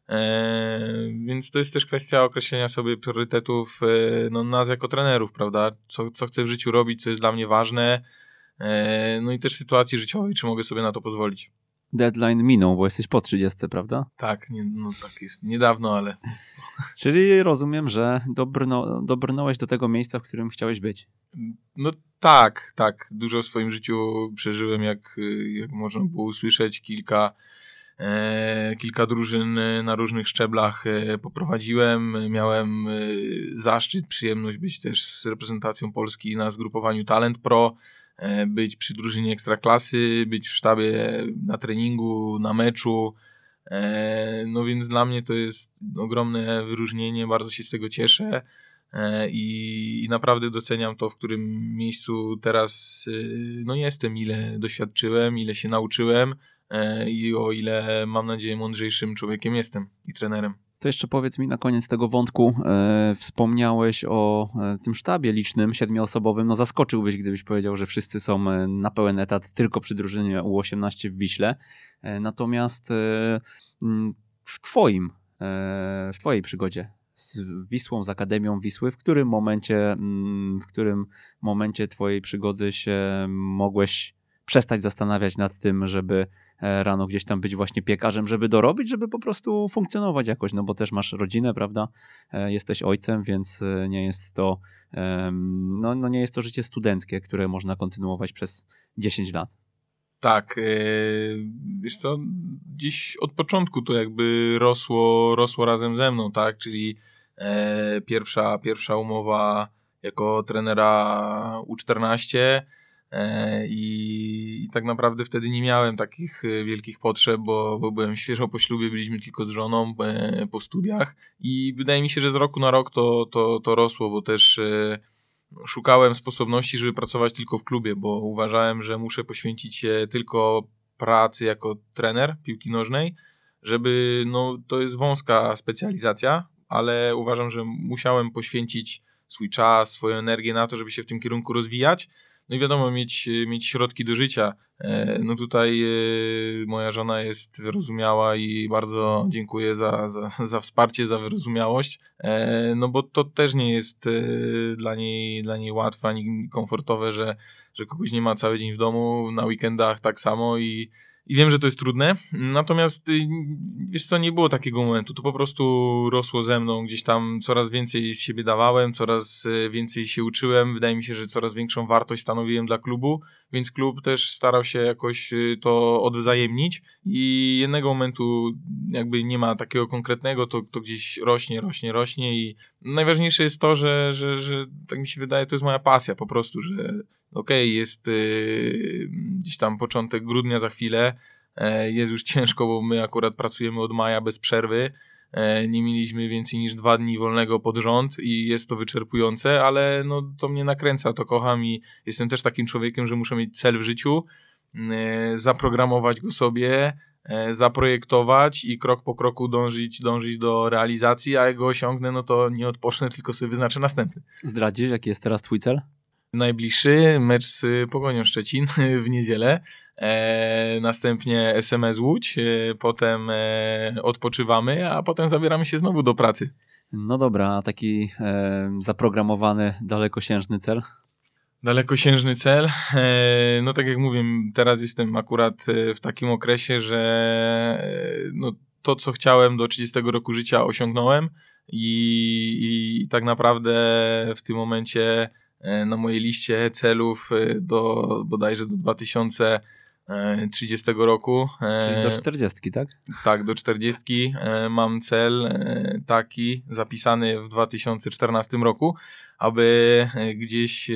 Eee, więc to jest też kwestia określenia sobie priorytetów e, no, nas jako trenerów, prawda? Co, co chcę w życiu robić, co jest dla mnie ważne, e, no i też sytuacji życiowej, czy mogę sobie na to pozwolić. Deadline minął, bo jesteś po trzydziestce, prawda? Tak, nie, no tak jest. Niedawno, ale... Czyli rozumiem, że dobrno, dobrnąłeś do tego miejsca, w którym chciałeś być. No tak, tak. Dużo w swoim życiu przeżyłem, jak, jak można było usłyszeć, kilka E, kilka drużyn na różnych szczeblach e, poprowadziłem. Miałem e, zaszczyt, przyjemność być też z reprezentacją Polski na zgrupowaniu Talent Pro, e, być przy drużynie Ekstraklasy, być w sztabie na treningu, na meczu. E, no więc dla mnie to jest ogromne wyróżnienie, bardzo się z tego cieszę. I, i naprawdę doceniam to, w którym miejscu teraz no jestem, ile doświadczyłem, ile się nauczyłem i o ile, mam nadzieję, mądrzejszym człowiekiem jestem i trenerem. To jeszcze powiedz mi na koniec tego wątku, e, wspomniałeś o e, tym sztabie licznym, siedmioosobowym. No zaskoczyłbyś, gdybyś powiedział, że wszyscy są na pełen etat tylko przy drużynie U osiemnaście w Wiśle. E, natomiast e, w twoim, e, w twojej przygodzie z Wisłą, z Akademią Wisły, w którym momencie, w którym momencie twojej przygody się mogłeś przestać zastanawiać nad tym, żeby rano gdzieś tam być właśnie piekarzem, żeby dorobić, żeby po prostu funkcjonować jakoś, no bo też masz rodzinę, prawda? Jesteś ojcem, więc nie jest to no, no nie jest to życie studenckie, które można kontynuować przez dziesięć lat. Tak, wiesz co, dziś od początku to jakby rosło, rosło razem ze mną, tak, czyli pierwsza, pierwsza umowa jako trenera U czternaście i, i tak naprawdę wtedy nie miałem takich wielkich potrzeb, bo, bo byłem świeżo po ślubie, byliśmy tylko z żoną po studiach i wydaje mi się, że z roku na rok to, to, to rosło, bo też szukałem sposobności, żeby pracować tylko w klubie, bo uważałem, że muszę poświęcić się tylko pracy jako trener piłki nożnej, żeby, no to jest wąska specjalizacja, ale uważam, że musiałem poświęcić swój czas, swoją energię na to, żeby się w tym kierunku rozwijać. No i wiadomo, mieć, mieć środki do życia. No tutaj moja żona jest wyrozumiała i bardzo dziękuję za, za, za wsparcie, za wyrozumiałość, no bo to też nie jest dla niej, dla niej łatwe ani komfortowe, że, że kogoś nie ma cały dzień w domu, na weekendach tak samo i I wiem, że to jest trudne, natomiast wiesz co, nie było takiego momentu, to po prostu rosło ze mną, gdzieś tam coraz więcej z siebie dawałem, coraz więcej się uczyłem, wydaje mi się, że coraz większą wartość stanowiłem dla klubu, więc klub też starał się jakoś to odwzajemnić i jednego momentu jakby nie ma takiego konkretnego, to, to gdzieś rośnie, rośnie, rośnie i najważniejsze jest to, że, że, że tak mi się wydaje, to jest moja pasja po prostu, że okej, okay, jest yy, gdzieś tam początek grudnia za chwilę, e, jest już ciężko, bo my akurat pracujemy od maja bez przerwy, e, nie mieliśmy więcej niż dwa dni wolnego pod rząd i jest to wyczerpujące, ale no to mnie nakręca, to kocham i jestem też takim człowiekiem, że muszę mieć cel w życiu, e, zaprogramować go sobie, e, zaprojektować i krok po kroku dążyć, dążyć do realizacji, a jak go osiągnę, no to nie odpocznę, tylko sobie wyznaczę następny. Zdradzisz, jaki jest teraz twój cel? Najbliższy mecz z Pogonią Szczecin w niedzielę, e, następnie S M S Łódź, e, potem e, odpoczywamy, a potem zabieramy się znowu do pracy. No dobra, a taki e, zaprogramowany dalekosiężny cel? Dalekosiężny cel? E, no tak jak mówię, teraz jestem akurat w takim okresie, że e, no, to, co chciałem do trzydziestego roku życia osiągnąłem i, i tak naprawdę w tym momencie na mojej liście celów do bodajże do dwa tysiące trzydziestego roku. Czyli do czterdziestki, tak? Tak, do czterdziestki mam cel taki zapisany w dwa tysiące czternastym roku, aby gdzieś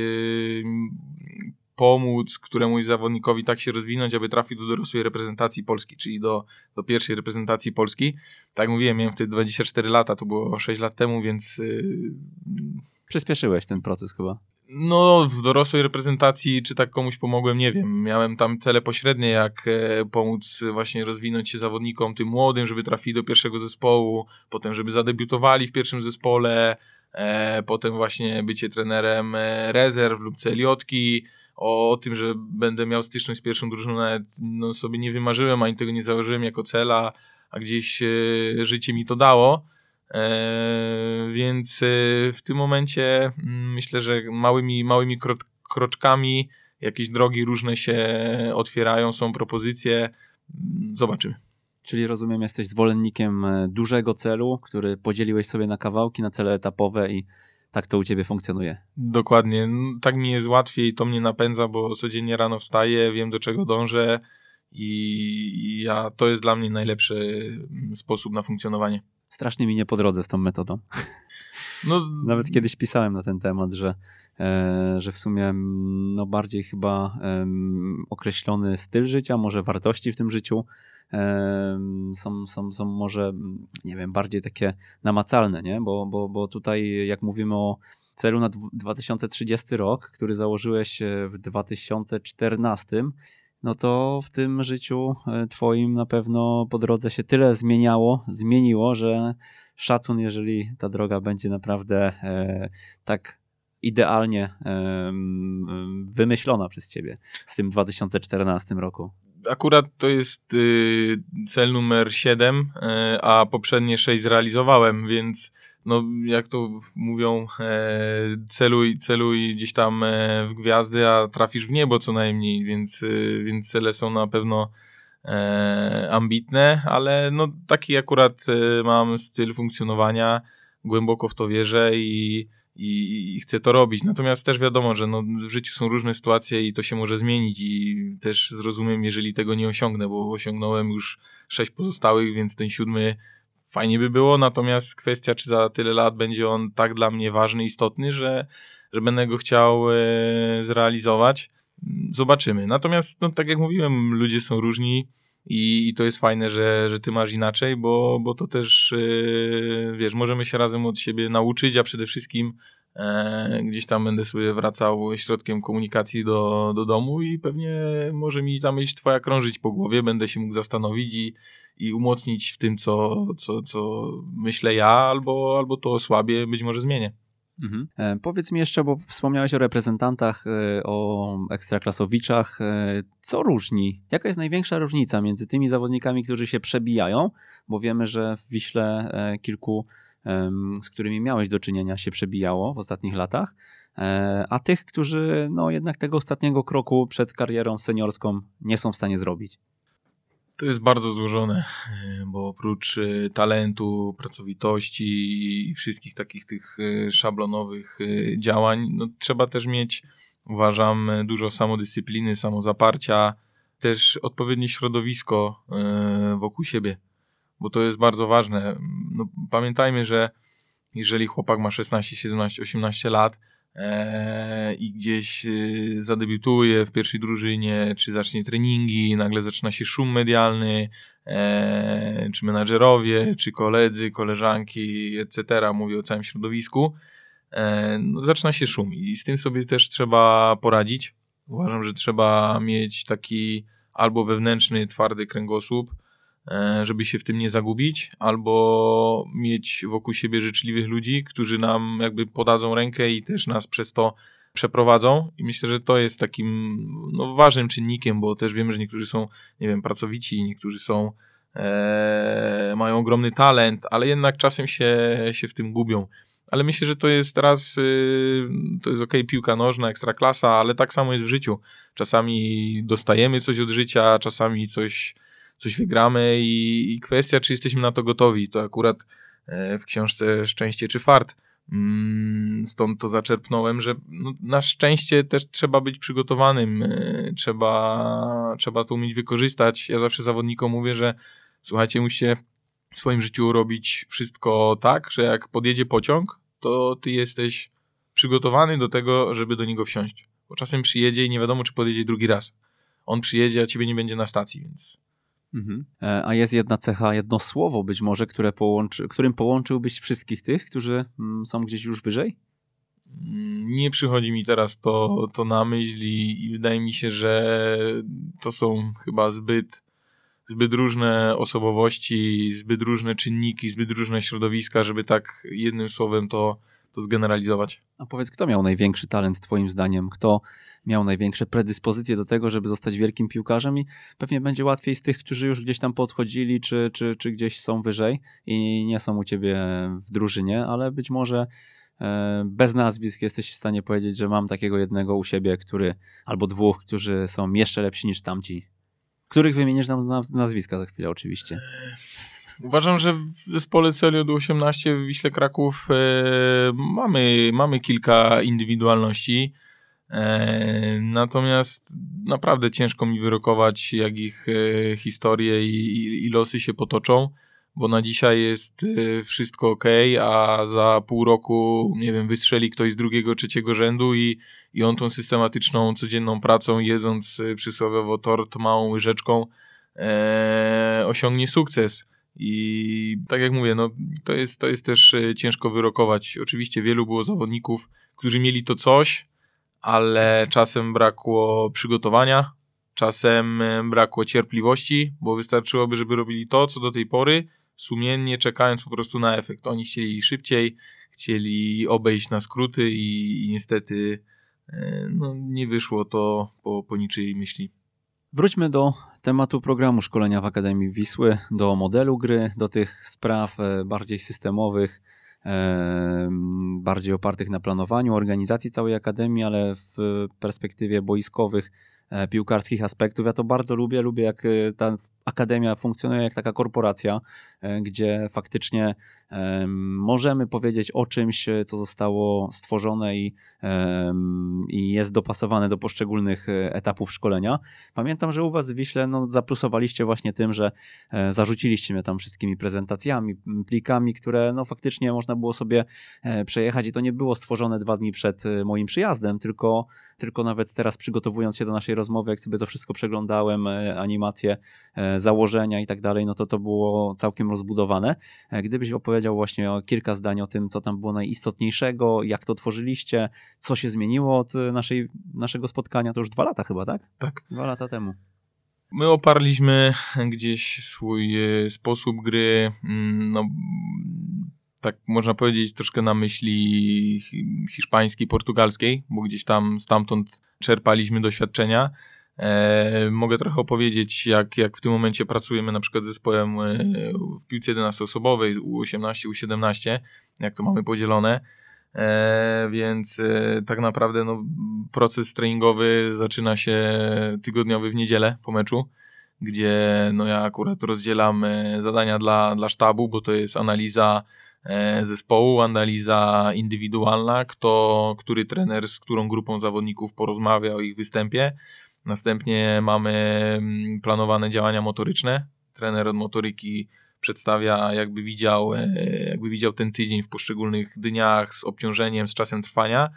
pomóc któremuś zawodnikowi tak się rozwinąć, aby trafił do dorosłej reprezentacji Polski, czyli do, do pierwszej reprezentacji Polski. Tak jak mówiłem, miałem wtedy dwadzieścia cztery lata, to było sześć lat temu, więc... Przyspieszyłeś ten proces chyba. No, w dorosłej reprezentacji, czy tak komuś pomogłem, nie wiem. Miałem tam cele pośrednie, jak pomóc właśnie rozwinąć się zawodnikom, tym młodym, żeby trafili do pierwszego zespołu, potem żeby zadebiutowali w pierwszym zespole, e, potem właśnie bycie trenerem rezerw lub C L J-ki. O, o tym, że będę miał styczność z pierwszą drużyną, nawet no, sobie nie wymarzyłem, ani tego nie założyłem jako cela, a gdzieś e, życie mi to dało. E, więc e, w tym momencie m, myślę, że małymi, małymi kro, kroczkami jakieś drogi różne się otwierają, są propozycje. Zobaczymy. Czyli rozumiem, jesteś zwolennikiem dużego celu, który podzieliłeś sobie na kawałki, na cele etapowe i tak to u ciebie funkcjonuje. Dokładnie. Tak mi jest łatwiej, to mnie napędza, bo codziennie rano wstaję, wiem do czego dążę i ja, to jest dla mnie najlepszy sposób na funkcjonowanie. Strasznie mi nie po drodze z tą metodą. No, Nawet kiedyś pisałem na ten temat, że, e, że w sumie no bardziej chyba e, określony styl życia, może wartości w tym życiu e, są, są, są może, nie wiem, bardziej takie namacalne, nie? Bo, bo, bo tutaj jak mówimy o celu na dwa tysiące trzydziesty rok, który założyłeś w dwa tysiące czternastym, no to w tym życiu twoim na pewno po drodze się tyle zmieniało, zmieniło, że szacun, jeżeli ta droga będzie naprawdę e, tak idealnie e, wymyślona przez ciebie w tym dwa tysiące czternastym roku. Akurat to jest y, cel numer siedem, y, a poprzednie sześć zrealizowałem, więc no jak to mówią, e, celuj, celuj gdzieś tam e, w gwiazdy, a trafisz w niebo co najmniej, więc, y, więc cele są na pewno e, ambitne, ale no taki akurat e, mam styl funkcjonowania, głęboko w to wierzę i, i, i chcę to robić. Natomiast też wiadomo, że no, w życiu są różne sytuacje i to się może zmienić i też zrozumiem, jeżeli tego nie osiągnę, bo osiągnąłem już sześć pozostałych, więc ten siódmy fajnie by było, natomiast kwestia, czy za tyle lat będzie on tak dla mnie ważny, istotny, że, że będę go chciał e, zrealizować. Zobaczymy. Natomiast, no, tak jak mówiłem, ludzie są różni i, i to jest fajne, że, że ty masz inaczej, bo, bo to też, e, wiesz, możemy się razem od siebie nauczyć, a przede wszystkim e, gdzieś tam będę sobie wracał środkiem komunikacji do, do domu i pewnie może mi ta myśl twoja krążyć po głowie, będę się mógł zastanowić i i umocnić w tym, co, co, co myślę ja, albo, albo to osłabię, być może zmienię. Mhm. E, powiedz mi jeszcze, bo wspomniałeś o reprezentantach, e, o ekstraklasowiczach. E, co różni? Jaka jest największa różnica między tymi zawodnikami, którzy się przebijają? Bo wiemy, że w Wiśle e, kilku, e, z którymi miałeś do czynienia, się przebijało w ostatnich latach, e, a tych, którzy no, jednak tego ostatniego kroku przed karierą seniorską nie są w stanie zrobić. To jest bardzo złożone, bo oprócz talentu, pracowitości i wszystkich takich tych szablonowych działań, no, trzeba też mieć, uważam, dużo samodyscypliny, samozaparcia, też odpowiednie środowisko wokół siebie, bo to jest bardzo ważne. No, pamiętajmy, że jeżeli chłopak ma szesnaście, siedemnaście, osiemnaście lat, i gdzieś zadebiutuje w pierwszej drużynie, czy zacznie treningi, nagle zaczyna się szum medialny, czy menadżerowie, czy koledzy, koleżanki, et cetera. Mówię o całym środowisku. No, zaczyna się szum i z tym sobie też trzeba poradzić. Uważam, że trzeba mieć taki albo wewnętrzny, twardy kręgosłup, żeby się w tym nie zagubić, albo mieć wokół siebie życzliwych ludzi, którzy nam jakby podadzą rękę i też nas przez to przeprowadzą i myślę, że to jest takim no, ważnym czynnikiem, bo też wiemy, że niektórzy są, nie wiem, pracowici, niektórzy są e, mają ogromny talent, ale jednak czasem się, się w tym gubią. Ale myślę, że to jest raz, y, to jest okej, piłka nożna, ekstraklasa, ale tak samo jest w życiu. Czasami dostajemy coś od życia, czasami coś coś wygramy i, i kwestia, czy jesteśmy na to gotowi. To akurat w książce Szczęście czy fart. Stąd to zaczerpnąłem, że no, na szczęście też trzeba być przygotowanym, trzeba, trzeba to umieć wykorzystać. Ja zawsze zawodnikom mówię, że słuchajcie, musicie w swoim życiu robić wszystko tak, że jak podjedzie pociąg, to ty jesteś przygotowany do tego, żeby do niego wsiąść. Bo czasem przyjedzie i nie wiadomo, czy podjedzie drugi raz. On przyjedzie, a ciebie nie będzie na stacji, więc... Mhm. A jest jedna cecha, jedno słowo być może, które połączy, którym połączyłbyś wszystkich tych, którzy są gdzieś już wyżej? Nie przychodzi mi teraz to, to na myśl i, i wydaje mi się, że to są chyba zbyt, zbyt różne osobowości, zbyt różne czynniki, zbyt różne środowiska, żeby tak jednym słowem to, to zgeneralizować. A powiedz, kto miał największy talent twoim zdaniem? Kto miał największe predyspozycje do tego, żeby zostać wielkim piłkarzem i pewnie będzie łatwiej z tych, którzy już gdzieś tam podchodzili, czy, czy, czy gdzieś są wyżej i nie są u ciebie w drużynie, ale być może bez nazwisk jesteś w stanie powiedzieć, że mam takiego jednego u siebie, który, albo dwóch, którzy są jeszcze lepsi niż tamci. Których wymienisz nam z nazwiska za chwilę oczywiście. Uważam, że w zespole C L J osiemnaście w Wiśle Kraków e, mamy, mamy kilka indywidualności, e, natomiast naprawdę ciężko mi wyrokować, jak ich e, historie i, i losy się potoczą, bo na dzisiaj jest e, wszystko okej, a za pół roku, nie wiem, wystrzeli ktoś z drugiego, trzeciego rzędu i, i on tą systematyczną, codzienną pracą, jedząc e, przysłowiowo tort małą łyżeczką, e, osiągnie sukces. I tak jak mówię, no to jest, to jest też ciężko wyrokować. Oczywiście wielu było zawodników, którzy mieli to coś, ale czasem brakło przygotowania, czasem brakło cierpliwości, bo wystarczyłoby, żeby robili to, co do tej pory, sumiennie czekając po prostu na efekt. Oni chcieli szybciej, chcieli obejść na skróty i, i niestety no, nie wyszło to po, po niczyjej myśli. Wróćmy do tematu programu szkolenia w Akademii Wisły, do modelu gry, do tych spraw bardziej systemowych, bardziej opartych na planowaniu, organizacji całej Akademii, ale w perspektywie boiskowych, piłkarskich aspektów. Ja to bardzo lubię, lubię jak ta Akademia funkcjonuje jak taka korporacja, gdzie faktycznie możemy powiedzieć o czymś, co zostało stworzone i, i jest dopasowane do poszczególnych etapów szkolenia. Pamiętam, że u was w Wiśle no, zaplusowaliście właśnie tym, że zarzuciliście mnie tam wszystkimi prezentacjami, plikami, które no, faktycznie można było sobie przejechać i to nie było stworzone dwa dni przed moim przyjazdem, tylko, tylko nawet teraz przygotowując się do naszej rozmowy, jak sobie to wszystko przeglądałem, animacje, założenia i tak dalej, no to to było całkiem rozbudowane. Gdybyś opowiedział właśnie o kilka zdań o tym, co tam było najistotniejszego, jak to tworzyliście, co się zmieniło od naszej, naszego spotkania, to już dwa lata chyba, tak? Tak. Dwa lata temu. My oparliśmy gdzieś swój sposób gry, no tak można powiedzieć troszkę na myśli hiszpańskiej, portugalskiej, bo gdzieś tam stamtąd czerpaliśmy doświadczenia. E, mogę trochę opowiedzieć, jak, jak w tym momencie pracujemy na przykład z zespołem w piłce jedenastoosobowej, U osiemnaście, U siedemnaście, jak to mamy podzielone, e, więc e, tak naprawdę no, proces treningowy zaczyna się tygodniowy w niedzielę po meczu, gdzie no, ja akurat rozdzielam zadania dla, dla sztabu, bo to jest analiza zespołu, analiza indywidualna, kto, który trener z którą grupą zawodników porozmawia o ich występie. Następnie mamy planowane działania motoryczne. Trener od motoryki przedstawia, jakby widział, jakby widział ten tydzień w poszczególnych dniach z obciążeniem, z czasem trwania.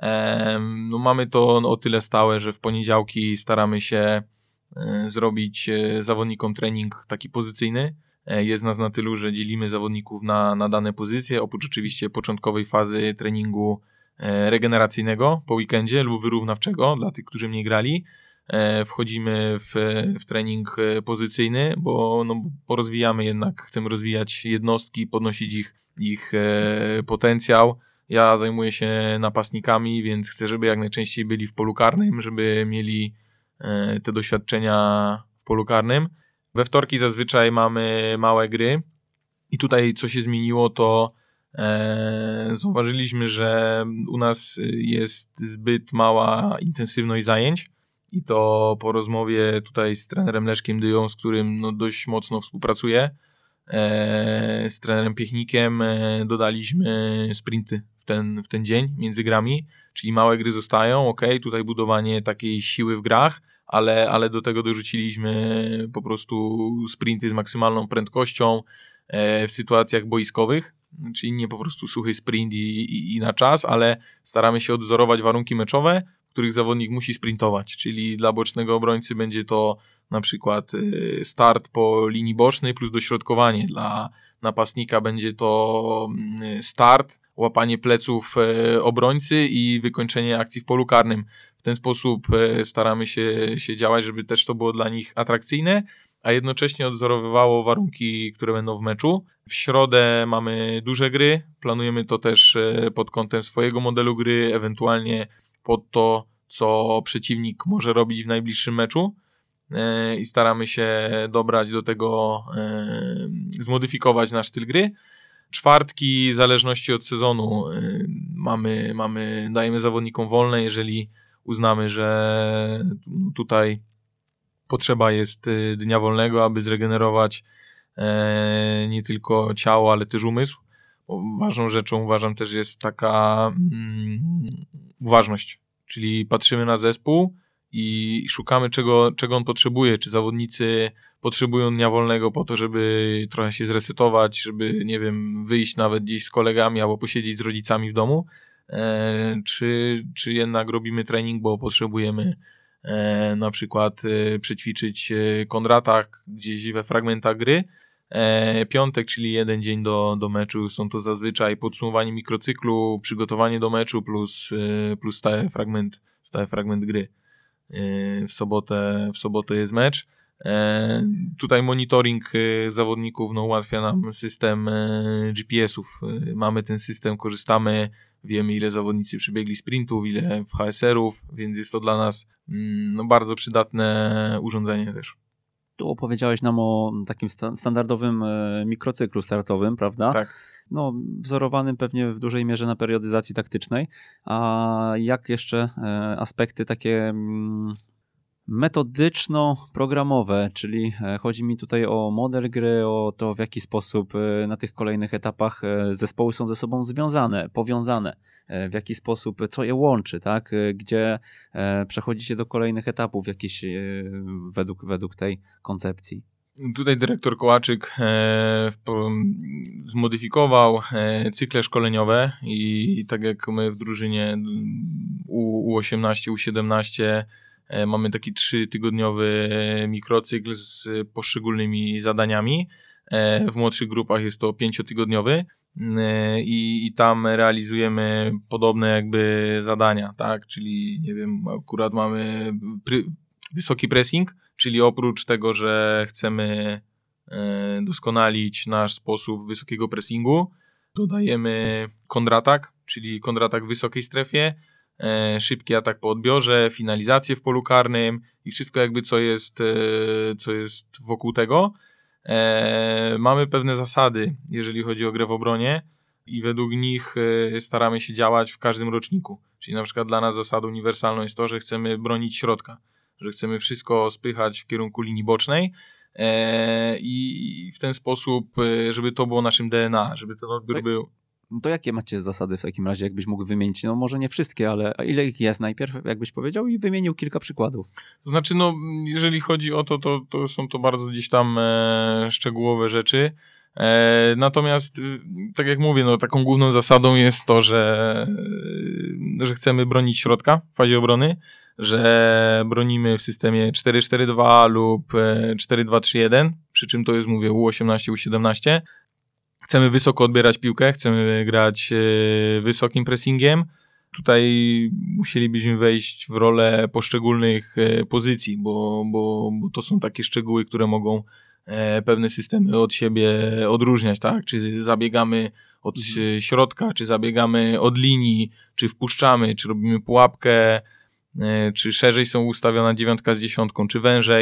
No mamy to o tyle stałe, że w poniedziałki staramy się zrobić zawodnikom trening taki pozycyjny. Jest nas na tylu, że dzielimy zawodników na, na dane pozycje, oprócz oczywiście początkowej fazy treningu regeneracyjnego po weekendzie lub wyrównawczego dla tych, którzy mniej grali. Wchodzimy w, w trening pozycyjny, bo no, porozwijamy jednak, chcemy rozwijać jednostki, podnosić ich, ich potencjał. Ja zajmuję się napastnikami, więc chcę, żeby jak najczęściej byli w polu karnym, żeby mieli te doświadczenia w polu karnym. We wtorki zazwyczaj mamy małe gry i tutaj co się zmieniło, to e, zauważyliśmy, że u nas jest zbyt mała intensywność zajęć, i to po rozmowie tutaj z trenerem Leszkiem Dyją, z którym no dość mocno współpracuję, e, z trenerem Piechnikiem e, dodaliśmy sprinty w ten, w ten dzień między grami, czyli małe gry zostają, ok, tutaj budowanie takiej siły w grach, ale, ale do tego dorzuciliśmy po prostu sprinty z maksymalną prędkością e, w sytuacjach boiskowych, czyli nie po prostu suchy sprint i, i, i na czas, ale staramy się odwzorować warunki meczowe, w których zawodnik musi sprintować, czyli dla bocznego obrońcy będzie to na przykład start po linii bocznej plus dośrodkowanie, dla napastnika będzie to start, łapanie pleców obrońcy i wykończenie akcji w polu karnym. W ten sposób staramy się, się działać, żeby też to było dla nich atrakcyjne, a jednocześnie odwzorowywało warunki, które będą w meczu. W środę mamy duże gry, planujemy to też pod kątem swojego modelu gry, ewentualnie pod to, co przeciwnik może robić w najbliższym meczu i staramy się dobrać do tego, zmodyfikować nasz styl gry. Czwartki, w zależności od sezonu, mamy, mamy, dajemy zawodnikom wolne, jeżeli uznamy, że tutaj potrzeba jest dnia wolnego, aby zregenerować nie tylko ciało, ale też umysł. Ważną rzeczą uważam też jest taka mm, uważność, czyli patrzymy na zespół i szukamy czego, czego on potrzebuje, czy zawodnicy potrzebują dnia wolnego po to, żeby trochę się zresetować, żeby, nie wiem, wyjść nawet gdzieś z kolegami albo posiedzieć z rodzicami w domu, e, czy, czy jednak robimy trening, bo potrzebujemy e, na przykład e, przećwiczyć e, kontratak gdzieś we fragmentach gry. E, piątek, czyli jeden dzień do, do meczu, są to zazwyczaj podsumowanie mikrocyklu, przygotowanie do meczu plus, e, plus stały fragment, stały fragment gry. E, w sobotę, w sobotę jest mecz. E, tutaj monitoring e, zawodników no, ułatwia nam system e, G P S-ów. E, mamy ten system, korzystamy, wiemy ile zawodnicy przebiegli sprintów, ile W H S R-ów, więc jest to dla nas mm, no, bardzo przydatne urządzenie też. Tu opowiedziałeś nam o takim sta- standardowym e, mikrocyklu startowym, prawda? Tak. No, wzorowanym pewnie w dużej mierze na periodyzacji taktycznej. A jak jeszcze e, aspekty takie mm, metodyczno-programowe, czyli e, chodzi mi tutaj o model gry, o to, w jaki sposób e, na tych kolejnych etapach e, zespoły są ze sobą związane, powiązane, e, w jaki sposób, co je łączy, tak? E, gdzie e, przechodzicie do kolejnych etapów jakiś e, według, według tej koncepcji. Tutaj dyrektor Kołaczyk e, po, zmodyfikował e, cykle szkoleniowe i tak jak my w drużynie U osiemnaście, U siedemnaście e, mamy taki trzytygodniowy mikrocykl z poszczególnymi zadaniami. E, w młodszych grupach jest to pięciotygodniowy e, i, i tam realizujemy podobne jakby zadania, tak? Czyli nie wiem, akurat mamy pry, wysoki pressing, czyli oprócz tego, że chcemy doskonalić nasz sposób wysokiego pressingu, dodajemy kontratak, czyli kontratak w wysokiej strefie, szybki atak po odbiorze, finalizację w polu karnym i wszystko jakby co jest, co jest wokół tego. Mamy pewne zasady, jeżeli chodzi o grę w obronie i według nich staramy się działać w każdym roczniku. Czyli na przykład dla nas zasadą uniwersalną jest to, że chcemy bronić środka, że chcemy wszystko spychać w kierunku linii bocznej e, i w ten sposób, żeby to było naszym D N A, żeby ten odbiór to, był. To jakie macie zasady w takim razie, jakbyś mógł wymienić? No może nie wszystkie, ale ile ich jest najpierw, jakbyś powiedział, i wymienił kilka przykładów. To znaczy, no jeżeli chodzi o to, to, to są to bardzo gdzieś tam e, szczegółowe rzeczy. E, natomiast, tak jak mówię, no taką główną zasadą jest to, że, że chcemy bronić środka w fazie obrony, że bronimy w systemie cztery cztery dwa lub cztery dwa trzy jeden, przy czym to jest, mówię, U osiemnaście, U siedemnaście. Chcemy wysoko odbierać piłkę, chcemy grać wysokim pressingiem. Tutaj musielibyśmy wejść w rolę poszczególnych pozycji, bo, bo, bo to są takie szczegóły, które mogą pewne systemy od siebie odróżniać, tak? Czy zabiegamy od mhm. środka, czy zabiegamy od linii, czy wpuszczamy, czy robimy pułapkę, czy szerzej są ustawiona dziewiątka z dziesiątką, czy wężej.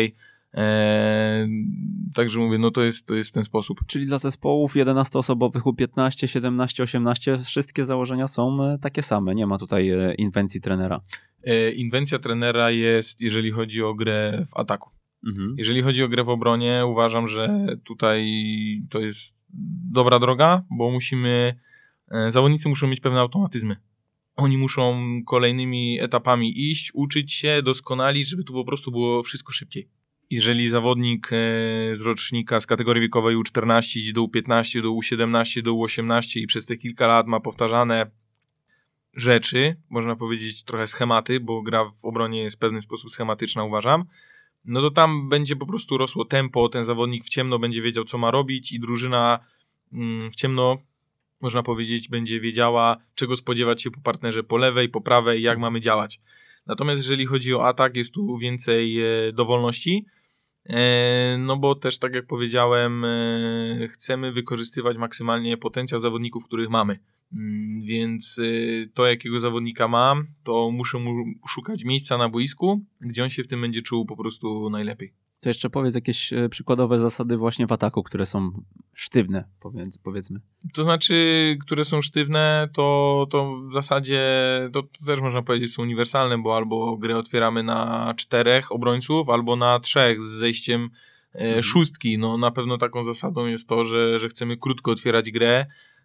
E, także mówię, no to jest, to jest ten sposób. Czyli dla zespołów jedenastoosobowych U piętnaście, siedemnaście, osiemnaście wszystkie założenia są takie same, nie ma tutaj inwencji trenera. E, inwencja trenera jest, jeżeli chodzi o grę w ataku. Mhm. Jeżeli chodzi o grę w obronie, uważam, że tutaj to jest dobra droga, bo musimy, zawodnicy muszą mieć pewne automatyzmy. Oni muszą kolejnymi etapami iść, uczyć się, doskonalić, żeby tu po prostu było wszystko szybciej. Jeżeli zawodnik z rocznika, z kategorii wiekowej U czternaście idzie do U piętnaście, do U siedemnaście, do U osiemnaście i przez te kilka lat ma powtarzane rzeczy, można powiedzieć trochę schematy, bo gra w obronie jest w pewien sposób schematyczna, uważam, no to tam będzie po prostu rosło tempo, ten zawodnik w ciemno będzie wiedział, co ma robić i drużyna w ciemno, można powiedzieć, będzie wiedziała, czego spodziewać się po partnerze po lewej, po prawej, jak mamy działać. Natomiast jeżeli chodzi o atak, jest tu więcej e, dowolności, e, no bo też, tak jak powiedziałem, e, chcemy wykorzystywać maksymalnie potencjał zawodników, których mamy. Mm, więc e, to, jakiego zawodnika mam, to muszę mu szukać miejsca na boisku, gdzie on się w tym będzie czuł po prostu najlepiej. To jeszcze powiedz jakieś przykładowe zasady właśnie w ataku, które są sztywne, powiedz, powiedzmy. To znaczy, które są sztywne, to, to w zasadzie to, to też można powiedzieć są uniwersalne, bo albo grę otwieramy na czterech obrońców, albo na trzech z zejściem e, mhm. szóstki. No na pewno taką zasadą jest to, że, że chcemy krótko otwierać grę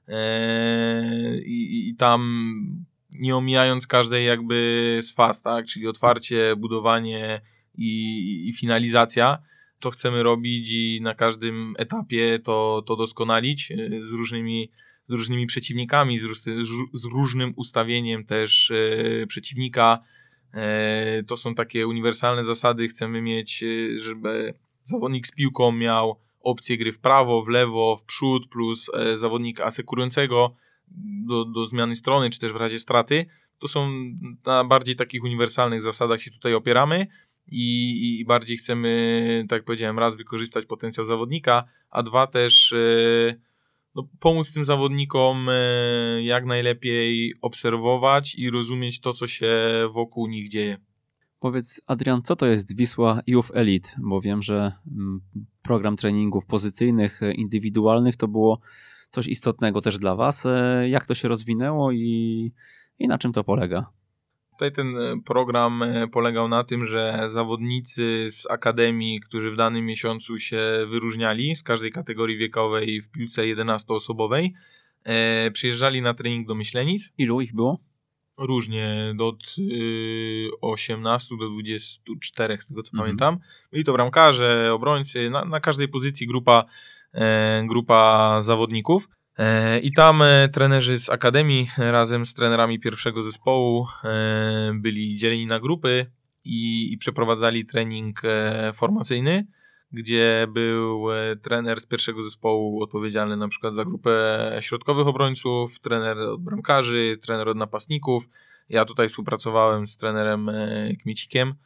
e, i, i tam nie omijając każdej jakby z faz, tak? Czyli otwarcie, budowanie i, i finalizacja, to chcemy robić i na każdym etapie to, to doskonalić z różnymi, z różnymi przeciwnikami, z, z różnym ustawieniem też e, przeciwnika. E, to są takie uniwersalne zasady. Chcemy mieć, żeby zawodnik z piłką miał opcję gry w prawo, w lewo, w przód, plus e, zawodnik asekurującego do, do zmiany strony, czy też w razie straty. To są na bardziej takich uniwersalnych zasadach się tutaj opieramy. I, i bardziej chcemy, tak jak powiedziałem, raz wykorzystać potencjał zawodnika, a dwa też yy, no, pomóc tym zawodnikom yy, jak najlepiej obserwować i rozumieć to, co się wokół nich dzieje. Powiedz, Adrian, co to jest Wisła Youth Elite? Bo wiem, że mm, program treningów pozycyjnych, indywidualnych to było coś istotnego też dla was. Jak to się rozwinęło i, i na czym to polega? Tutaj ten program polegał na tym, że zawodnicy z akademii, którzy w danym miesiącu się wyróżniali z każdej kategorii wiekowej w piłce jedenastoosobowej, e, przyjeżdżali na trening do Myślenic. Ilu ich było? Różnie, od y, osiemnastu do dwudziestu czterech, z tego co mhm. pamiętam. Byli to bramkarze, obrońcy, na, na każdej pozycji grupa, e, grupa zawodników. I tam trenerzy z akademii razem z trenerami pierwszego zespołu byli dzieleni na grupy i, i przeprowadzali trening formacyjny, gdzie był trener z pierwszego zespołu odpowiedzialny na przykład za grupę środkowych obrońców, trener od bramkarzy, trener od napastników. Ja tutaj współpracowałem z trenerem Kmiecikiem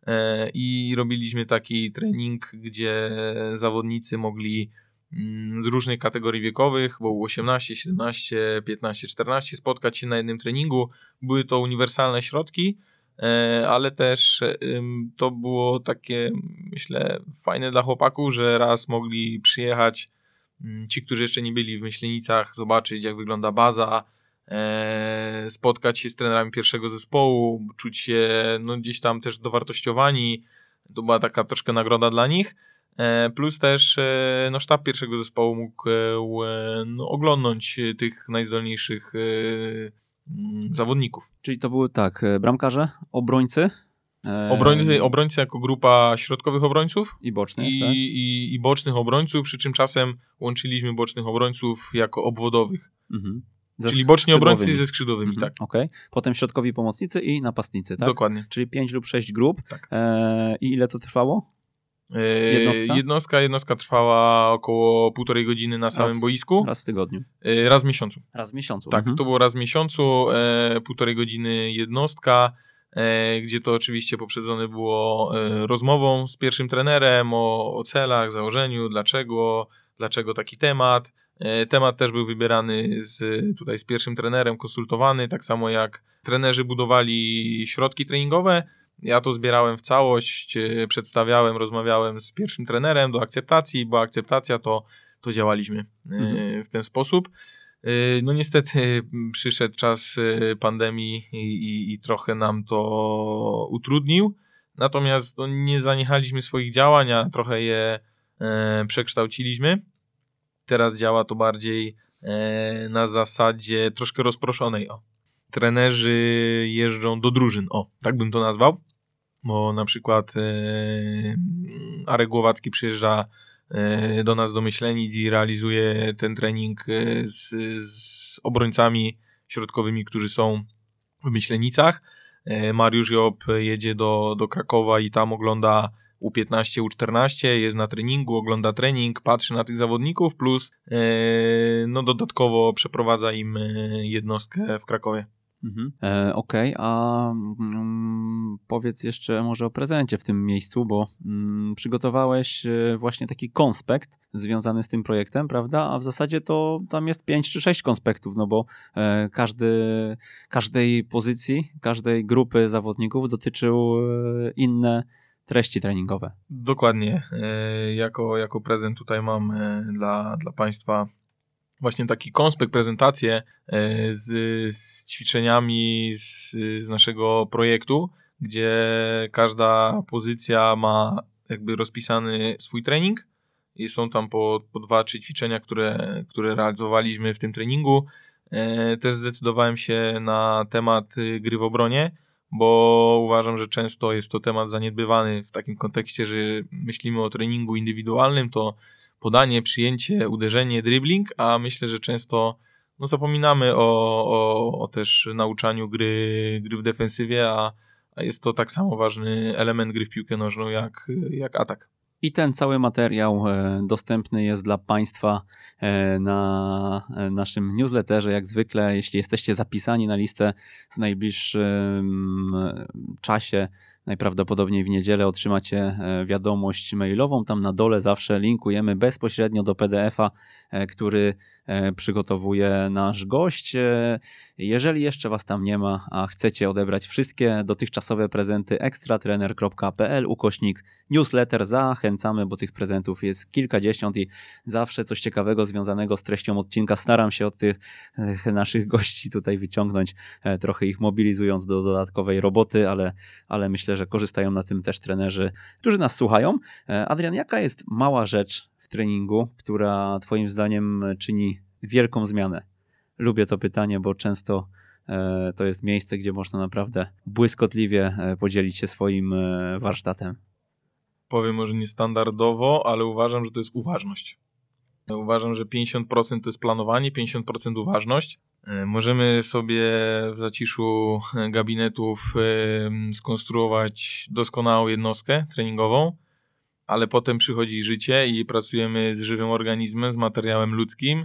i robiliśmy taki trening, gdzie zawodnicy mogli z różnych kategorii wiekowych, bo U osiemnaście, siedemnaście, piętnaście, czternaście spotkać się na jednym treningu. Były to uniwersalne środki, ale też to było takie, myślę, fajne dla chłopaków, że raz mogli przyjechać ci, którzy jeszcze nie byli w Myślenicach, zobaczyć jak wygląda baza, spotkać się z trenerami pierwszego zespołu, czuć się no, gdzieś tam też dowartościowani. To była taka troszkę nagroda dla nich. Plus też no, sztab pierwszego zespołu mógł no, oglądnąć tych najzdolniejszych zawodników. Czyli to były tak, bramkarze, obrońcy? Obroń, obrońcy jako grupa środkowych obrońców i bocznych, i, tak? i, i bocznych obrońców, przy czym czasem łączyliśmy bocznych obrońców jako obwodowych. Mhm. Czyli boczni obrońcy ze skrzydłowymi, mhm. tak. Okej. Okay. Potem środkowi pomocnicy i napastnicy, tak? Dokładnie. Czyli pięć lub sześć grup. Tak. E, I ile to trwało? Jednostka? Jednostka, jednostka trwała około półtorej godziny na samym raz, boisku. Raz w tygodniu. Raz w miesiącu. Raz w miesiącu. Tak, mhm. to było raz w miesiącu, e, półtorej godziny jednostka, e, gdzie to oczywiście poprzedzone było e, rozmową z pierwszym trenerem o, o celach, założeniu, dlaczego, dlaczego taki temat. E, temat też był wybierany z, tutaj z pierwszym trenerem, konsultowany, tak samo jak trenerzy budowali środki treningowe. Ja to zbierałem w całość, przedstawiałem, rozmawiałem z pierwszym trenerem do akceptacji, bo akceptacja to, to działaliśmy mhm. w ten sposób. No niestety przyszedł czas pandemii i, i, i trochę nam to utrudnił, natomiast no, nie zaniechaliśmy swoich działań, a trochę je e, przekształciliśmy. Teraz działa to bardziej e, na zasadzie troszkę rozproszonej. O. Trenerzy jeżdżą do drużyn, o, tak bym to nazwał, bo na przykład e, Arek Głowacki przyjeżdża do nas do Myślenic i realizuje ten trening z, z obrońcami środkowymi, którzy są w Myślenicach. Mariusz Job jedzie do, do Krakowa i tam ogląda U piętnaście, U czternaście, jest na treningu, ogląda trening, patrzy na tych zawodników, plus no, dodatkowo przeprowadza im jednostkę w Krakowie. Mhm. E, Okej, okay. a mm, powiedz jeszcze może o prezencie w tym miejscu, bo mm, przygotowałeś właśnie taki konspekt związany z tym projektem, prawda? A w zasadzie to tam jest pięć czy sześć konspektów, no bo e, każdy, każdej pozycji, każdej grupy zawodników dotyczył e, inne treści treningowe. Dokładnie. E, jako, jako prezent tutaj mam e, dla, dla Państwa właśnie taki konspekt, prezentację z, z ćwiczeniami z, z naszego projektu, gdzie każda pozycja ma jakby rozpisany swój trening i są tam po, po dwa, trzy ćwiczenia, które, które realizowaliśmy w tym treningu. Też zdecydowałem się na temat gry w obronie, bo uważam, że często jest to temat zaniedbywany w takim kontekście, że myślimy o treningu indywidualnym, to podanie, przyjęcie, uderzenie, dribbling, a myślę, że często no, zapominamy o, o, o też nauczaniu gry, gry w defensywie, a, a jest to tak samo ważny element gry w piłkę nożną jak, jak atak. I ten cały materiał dostępny jest dla Państwa na naszym newsletterze, jak zwykle. Jeśli jesteście zapisani na listę w najbliższym czasie, najprawdopodobniej w niedzielę otrzymacie wiadomość mailową. Tam na dole zawsze linkujemy bezpośrednio do P D F a, który przygotowuje nasz gość. Jeżeli jeszcze Was tam nie ma, a chcecie odebrać wszystkie dotychczasowe prezenty, ekstratrener kropka p l ukośnik newsletter, zachęcamy, bo tych prezentów jest kilkadziesiąt i zawsze coś ciekawego związanego z treścią odcinka staram się od tych naszych gości tutaj wyciągnąć, trochę ich mobilizując do dodatkowej roboty, ale, ale myślę, że korzystają na tym też trenerzy, którzy nas słuchają. Adrian, jaka jest mała rzecz w treningu, która Twoim zdaniem czyni wielką zmianę? Lubię to pytanie, bo często e, to jest miejsce, gdzie można naprawdę błyskotliwie e, podzielić się swoim e, warsztatem. Powiem może niestandardowo, ale uważam, że to jest uważność. Uważam, że pięćdziesiąt procent to jest planowanie, pięćdziesiąt procent uważność. E, możemy sobie w zaciszu gabinetów e, skonstruować doskonałą jednostkę treningową, ale potem przychodzi życie i pracujemy z żywym organizmem, z materiałem ludzkim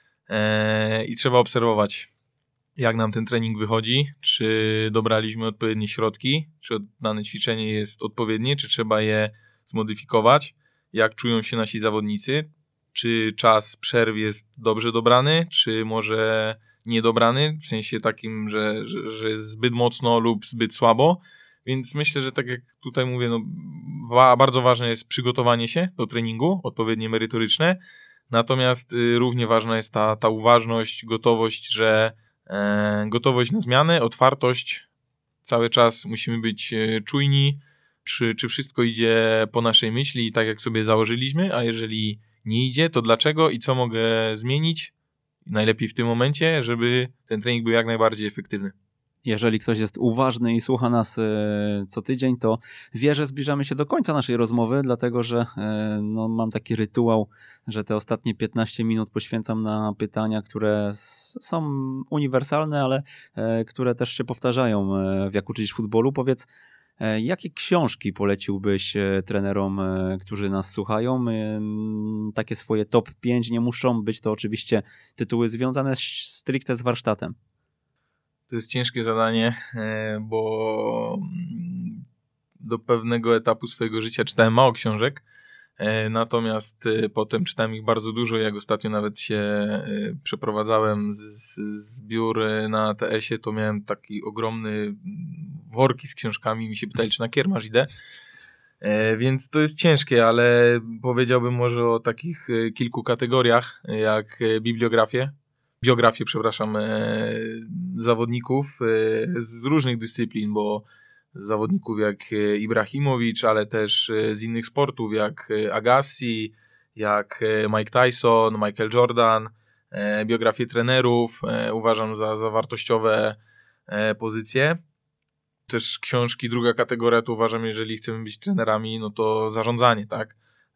e, i trzeba obserwować, jak nam ten trening wychodzi, czy dobraliśmy odpowiednie środki, czy dane ćwiczenie jest odpowiednie, czy trzeba je zmodyfikować, jak czują się nasi zawodnicy, czy czas przerw jest dobrze dobrany, czy może niedobrany, w sensie takim, że, że, że jest zbyt mocno lub zbyt słabo. Więc myślę, że tak jak tutaj mówię, no, wa- bardzo ważne jest przygotowanie się do treningu, odpowiednie merytoryczne, natomiast y, równie ważna jest ta, ta uważność, gotowość, że e, gotowość na zmianę, otwartość, cały czas musimy być e, czujni, czy, czy wszystko idzie po naszej myśli i tak jak sobie założyliśmy, a jeżeli nie idzie, to dlaczego i co mogę zmienić, najlepiej w tym momencie, żeby ten trening był jak najbardziej efektywny. Jeżeli ktoś jest uważny i słucha nas co tydzień, to wie, że zbliżamy się do końca naszej rozmowy, dlatego że no, mam taki rytuał, że te ostatnie piętnaście minut poświęcam na pytania, które są uniwersalne, ale które też się powtarzają w Jak uczyć futbolu. Powiedz, jakie książki poleciłbyś trenerom, którzy nas słuchają? Takie swoje top pięć, nie muszą być to oczywiście tytuły związane stricte z warsztatem. To jest ciężkie zadanie, bo do pewnego etapu swojego życia czytałem mało książek, natomiast potem czytałem ich bardzo dużo. Jak ostatnio nawet się przeprowadzałem z, z biur na T S ie, to miałem taki ogromny worki z książkami, mi się pytali, czy na kiermasz idę. E, więc to jest ciężkie, ale powiedziałbym może o takich e, kilku kategoriach, jak e, bibliografię, biografię, przepraszam, e, zawodników e, z różnych dyscyplin, bo zawodników jak e, Ibrahimowicz, ale też e, z innych sportów, jak e, Agassi, jak e, Mike Tyson, Michael Jordan, e, biografię trenerów, e, uważam za, za wartościowe e, pozycje. Też książki, druga kategoria, to uważam, jeżeli chcemy być trenerami, no to zarządzanie, tak?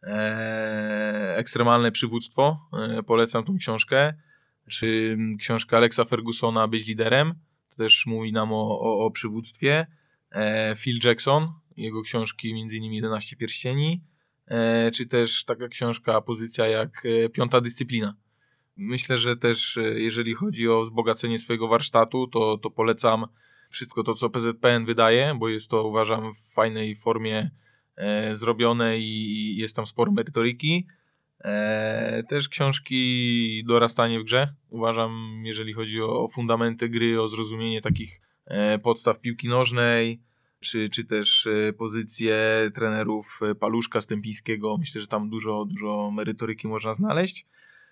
Eee, ekstremalne przywództwo, eee, polecam tą książkę. Czy książka Alexa Fergusona Być liderem, to też mówi nam o, o, o przywództwie. Eee, Phil Jackson, jego książki między innymi jedenaście pierścieni, eee, czy też taka książka, pozycja jak e, Piąta dyscyplina. Myślę, że też e, jeżeli chodzi o wzbogacenie swojego warsztatu, to, to polecam wszystko to, co P Z P N wydaje, bo jest to, uważam, w fajnej formie e, zrobione i, i jest tam sporo merytoryki. E, też książki Dorastanie w grze. Uważam, jeżeli chodzi o, o fundamenty gry, o zrozumienie takich e, podstaw piłki nożnej, czy, czy też e, pozycje trenerów Paluszka, Stępińskiego. Myślę, że tam dużo, dużo merytoryki można znaleźć.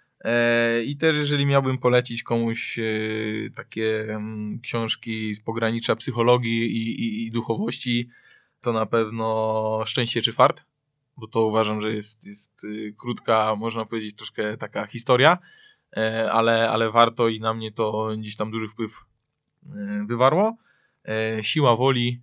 I też jeżeli miałbym polecić komuś takie książki z pogranicza psychologii i, i, i duchowości, to na pewno Szczęście czy fart, bo to uważam, że jest, jest krótka, można powiedzieć troszkę taka historia, ale, ale warto i na mnie to gdzieś tam duży wpływ wywarło. Siła woli,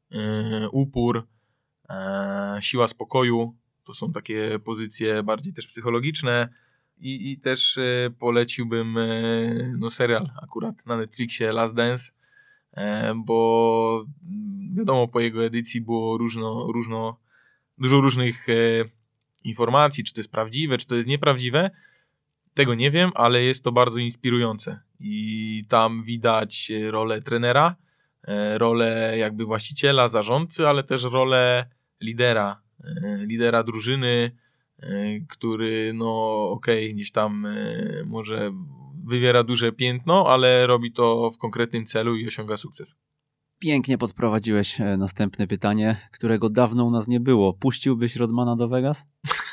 upór, siła spokoju, to są takie pozycje bardziej też psychologiczne. I, i też e, poleciłbym e, no serial akurat na Netflixie Last Dance, e, bo wiadomo, po jego edycji było różno, różno, dużo różnych e, informacji, czy to jest prawdziwe, czy to jest nieprawdziwe. Tego nie wiem, ale jest to bardzo inspirujące i tam widać rolę trenera, e, rolę jakby właściciela, zarządcy, ale też rolę lidera, e, lidera drużyny, który no okej, okay, gdzieś tam y, może wywiera duże piętno, ale robi to w konkretnym celu i osiąga sukces. Pięknie podprowadziłeś następne pytanie, którego dawno u nas nie było. Puściłbyś Rodmana do Vegas?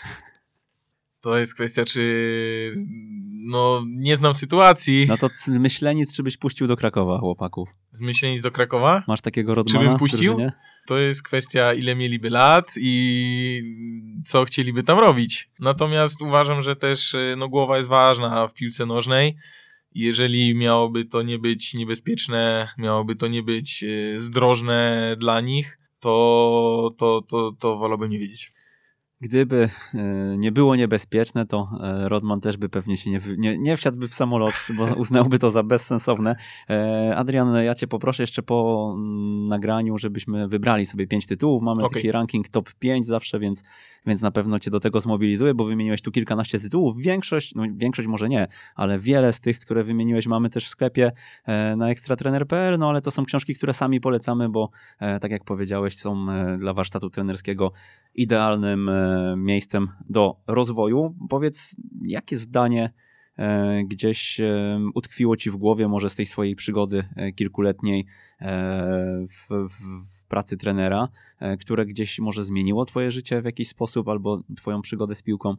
To jest kwestia, czy no nie znam sytuacji. No to z Myślenic, czy byś puścił do Krakowa chłopaków? Z Myślenic do Krakowa? Masz takiego Rodmana? Czy bym puścił? To jest kwestia, ile mieliby lat i co chcieliby tam robić. Natomiast uważam, że też no, głowa jest ważna w piłce nożnej. Jeżeli miałoby to nie być niebezpieczne, miałoby to nie być zdrożne dla nich, to, to, to, to wolałbym nie wiedzieć. Gdyby nie było niebezpieczne, to Rodman też by pewnie się nie, nie, nie wsiadłby w samolot, bo uznałby to za bezsensowne. Adrian, ja cię poproszę jeszcze po nagraniu, żebyśmy wybrali sobie pięć tytułów. Mamy okay. taki ranking top pięć zawsze, więc, więc na pewno cię do tego zmobilizuję, bo wymieniłeś tu kilkanaście tytułów. Większość, no większość może nie, ale wiele z tych, które wymieniłeś, mamy też w sklepie na ekstratrener kropka p l, no ale to są książki, które sami polecamy, bo tak jak powiedziałeś, są dla warsztatu trenerskiego idealnym miejscem do rozwoju. Powiedz, jakie zdanie e, gdzieś e, utkwiło ci w głowie może z tej swojej przygody e, kilkuletniej e, w, w pracy trenera, e, które gdzieś może zmieniło twoje życie w jakiś sposób albo twoją przygodę z piłką?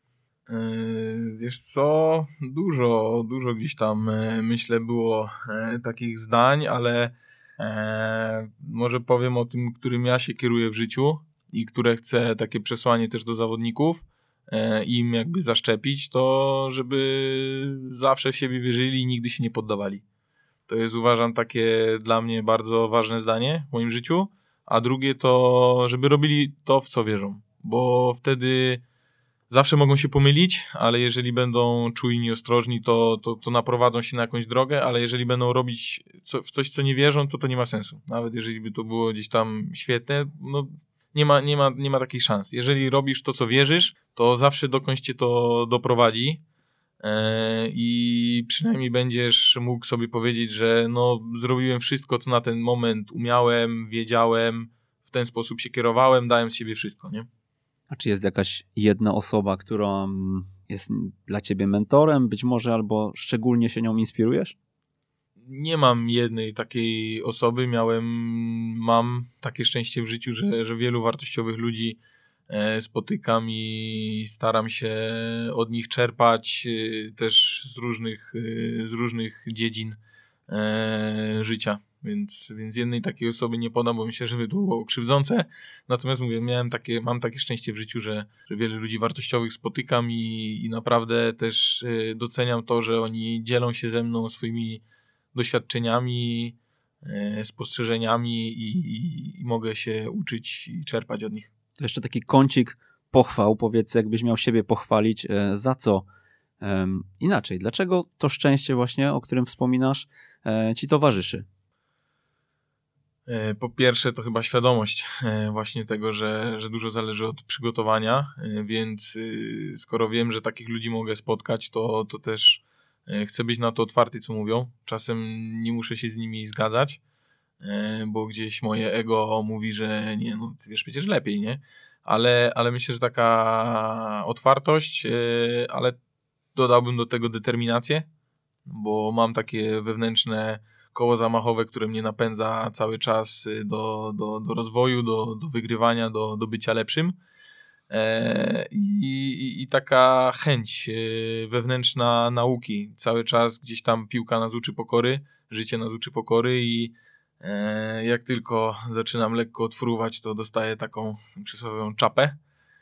Yy, wiesz co, dużo, dużo gdzieś tam yy, myślę było yy, takich zdań, ale yy, może powiem o tym, którym ja się kieruję w życiu i które chcę takie przesłanie też do zawodników e, im jakby zaszczepić, to żeby zawsze w siebie wierzyli i nigdy się nie poddawali. To jest, uważam, takie dla mnie bardzo ważne zdanie w moim życiu, a drugie to, żeby robili to, w co wierzą, bo wtedy zawsze mogą się pomylić, ale jeżeli będą czujni i ostrożni, to, to, to naprowadzą się na jakąś drogę, ale jeżeli będą robić co, w coś, co nie wierzą, to to nie ma sensu. Nawet jeżeli by to było gdzieś tam świetne, no Nie ma, nie ma, nie ma takiej szans. Jeżeli robisz to, co wierzysz, to zawsze dokądś cię to doprowadzi yy, i przynajmniej będziesz mógł sobie powiedzieć, że no, zrobiłem wszystko, co na ten moment umiałem, wiedziałem, w ten sposób się kierowałem, dałem z siebie wszystko, nie? A czy jest jakaś jedna osoba, która jest dla ciebie mentorem, być może, albo szczególnie się nią inspirujesz? Nie mam jednej takiej osoby, miałem mam takie szczęście w życiu, że, że wielu wartościowych ludzi spotykam i staram się od nich czerpać też z różnych, z różnych dziedzin życia. Więc, więc jednej takiej osoby nie podam, bo myślę, że by to było krzywdzące. Natomiast mówię, miałem takie, mam takie szczęście w życiu, że, że wiele ludzi wartościowych spotykam i, i naprawdę też doceniam to, że oni dzielą się ze mną swoimi doświadczeniami, spostrzeżeniami i, i, i mogę się uczyć i czerpać od nich. To jeszcze taki kącik pochwał, powiedz, jakbyś miał siebie pochwalić, za co um, inaczej. Dlaczego to szczęście właśnie, o którym wspominasz, e, ci towarzyszy? Po pierwsze to chyba świadomość właśnie tego, że, że dużo zależy od przygotowania, więc skoro wiem, że takich ludzi mogę spotkać, to, to też chcę być na to otwarty, co mówią. Czasem nie muszę się z nimi zgadzać, bo gdzieś moje ego mówi, że nie, no wiesz, przecież lepiej, nie? Ale, ale myślę, że taka otwartość, ale dodałbym do tego determinację, bo mam takie wewnętrzne koło zamachowe, które mnie napędza cały czas do, do, do rozwoju, do, do wygrywania, do, do bycia lepszym. I, i, i taka chęć wewnętrzna nauki. Cały czas gdzieś tam piłka nas uczy pokory, życie nas uczy pokory i jak tylko zaczynam lekko odfruwać, to dostaję taką przysłowiową czapę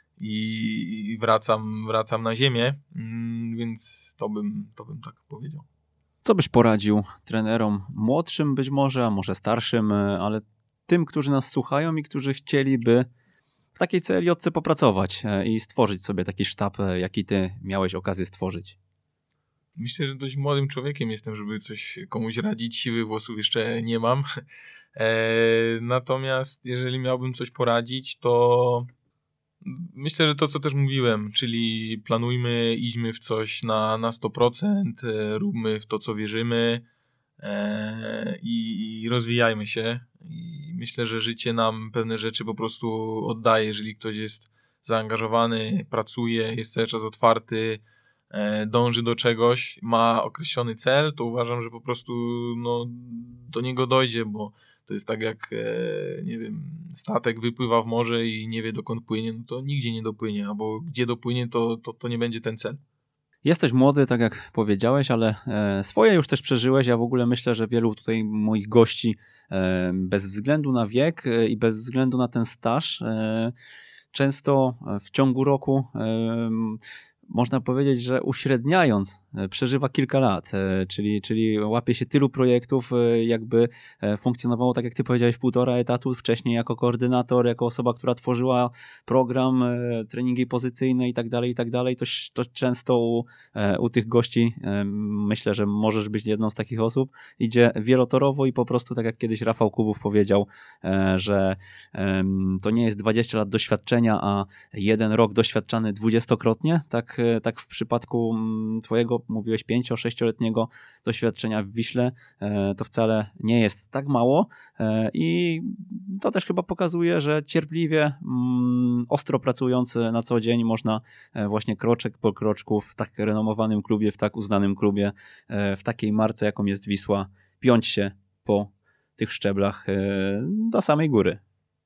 i wracam, wracam na ziemię, więc to bym, to bym tak powiedział. Co byś poradził trenerom młodszym być może, a może starszym, ale tym, którzy nas słuchają i którzy chcieliby w takiej C L J C popracować i stworzyć sobie taki sztab, jaki ty miałeś okazję stworzyć? Myślę, że dość młodym człowiekiem jestem, żeby coś komuś radzić. Siwych włosów jeszcze nie mam. E, natomiast jeżeli miałbym coś poradzić, to myślę, że to, co też mówiłem, czyli planujmy, idźmy w coś na, na sto procent, e, róbmy w to, co wierzymy e, i, i rozwijajmy się. I myślę, że życie nam pewne rzeczy po prostu oddaje. Jeżeli ktoś jest zaangażowany, pracuje, jest cały czas otwarty, dąży do czegoś, ma określony cel, to uważam, że po prostu no, do niego dojdzie, bo to jest tak jak, nie wiem, statek wypływa w morze i nie wie, dokąd płynie, no to nigdzie nie dopłynie, albo gdzie dopłynie, to, to, to nie będzie ten cel. Jesteś młody, tak jak powiedziałeś, ale swoje już też przeżyłeś. Ja w ogóle myślę, że wielu tutaj moich gości bez względu na wiek i bez względu na ten staż często w ciągu roku można powiedzieć, że uśredniając przeżywa kilka lat, czyli, czyli łapie się tylu projektów, jakby funkcjonowało, tak jak ty powiedziałeś, półtora etatu, wcześniej jako koordynator, jako osoba, która tworzyła program, treningi pozycyjne i tak dalej, i tak dalej. To, to często u, u tych gości, myślę, że możesz być jedną z takich osób, idzie wielotorowo i po prostu, tak jak kiedyś Rafał Kubów powiedział, że to nie jest dwadzieścia lat doświadczenia, a jeden rok doświadczany dwudziestokrotnie, tak tak w przypadku twojego, mówiłeś, pięcio sześcioletniego doświadczenia w Wiśle, to wcale nie jest tak mało i to też chyba pokazuje, że cierpliwie, ostro pracując na co dzień można właśnie kroczek po kroczku w tak renomowanym klubie, w tak uznanym klubie, w takiej marce, jaką jest Wisła, piąć się po tych szczeblach do samej góry.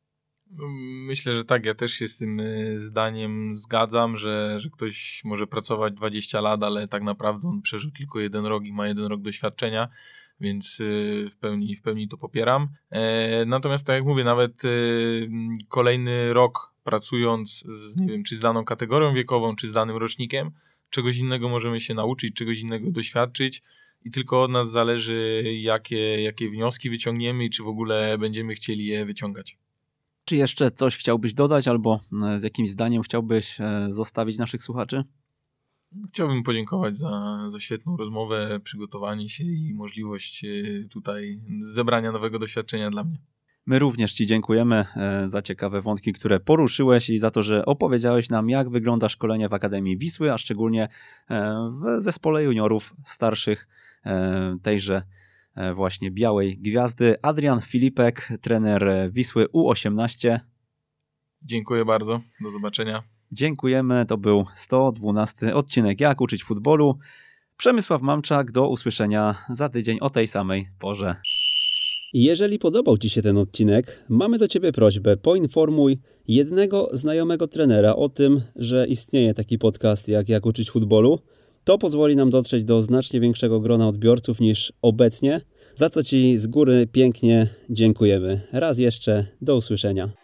Myślę, że tak, ja też się z tym zdaniem zgadzam, że, że ktoś może pracować dwadzieścia lat, ale tak naprawdę on przeżył tylko jeden rok i ma jeden rok doświadczenia, więc w pełni, w pełni to popieram. Natomiast tak jak mówię, nawet kolejny rok pracując z, nie wiem, czy z daną kategorią wiekową, czy z danym rocznikiem, czegoś innego możemy się nauczyć, czegoś innego doświadczyć i tylko od nas zależy, jakie, jakie wnioski wyciągniemy i czy w ogóle będziemy chcieli je wyciągać. Czy jeszcze coś chciałbyś dodać albo z jakimś zdaniem chciałbyś zostawić naszych słuchaczy? Chciałbym podziękować za, za świetną rozmowę, przygotowanie się i możliwość tutaj zebrania nowego doświadczenia dla mnie. My również Ci dziękujemy za ciekawe wątki, które poruszyłeś i za to, że opowiedziałeś nam, jak wygląda szkolenie w Akademii Wisły, a szczególnie w zespole juniorów starszych tejże właśnie Białej Gwiazdy. Adrian Filipek, trener Wisły U osiemnaście. Dziękuję bardzo, do zobaczenia. Dziękujemy, to był sto dwunasty odcinek Jak uczyć futbolu. Przemysław Mamczak, do usłyszenia za tydzień o tej samej porze. Jeżeli podobał Ci się ten odcinek, mamy do Ciebie prośbę, poinformuj jednego znajomego trenera o tym, że istnieje taki podcast jak Jak uczyć futbolu. To pozwoli nam dotrzeć do znacznie większego grona odbiorców niż obecnie, za co Ci z góry pięknie dziękujemy. Raz jeszcze, do usłyszenia.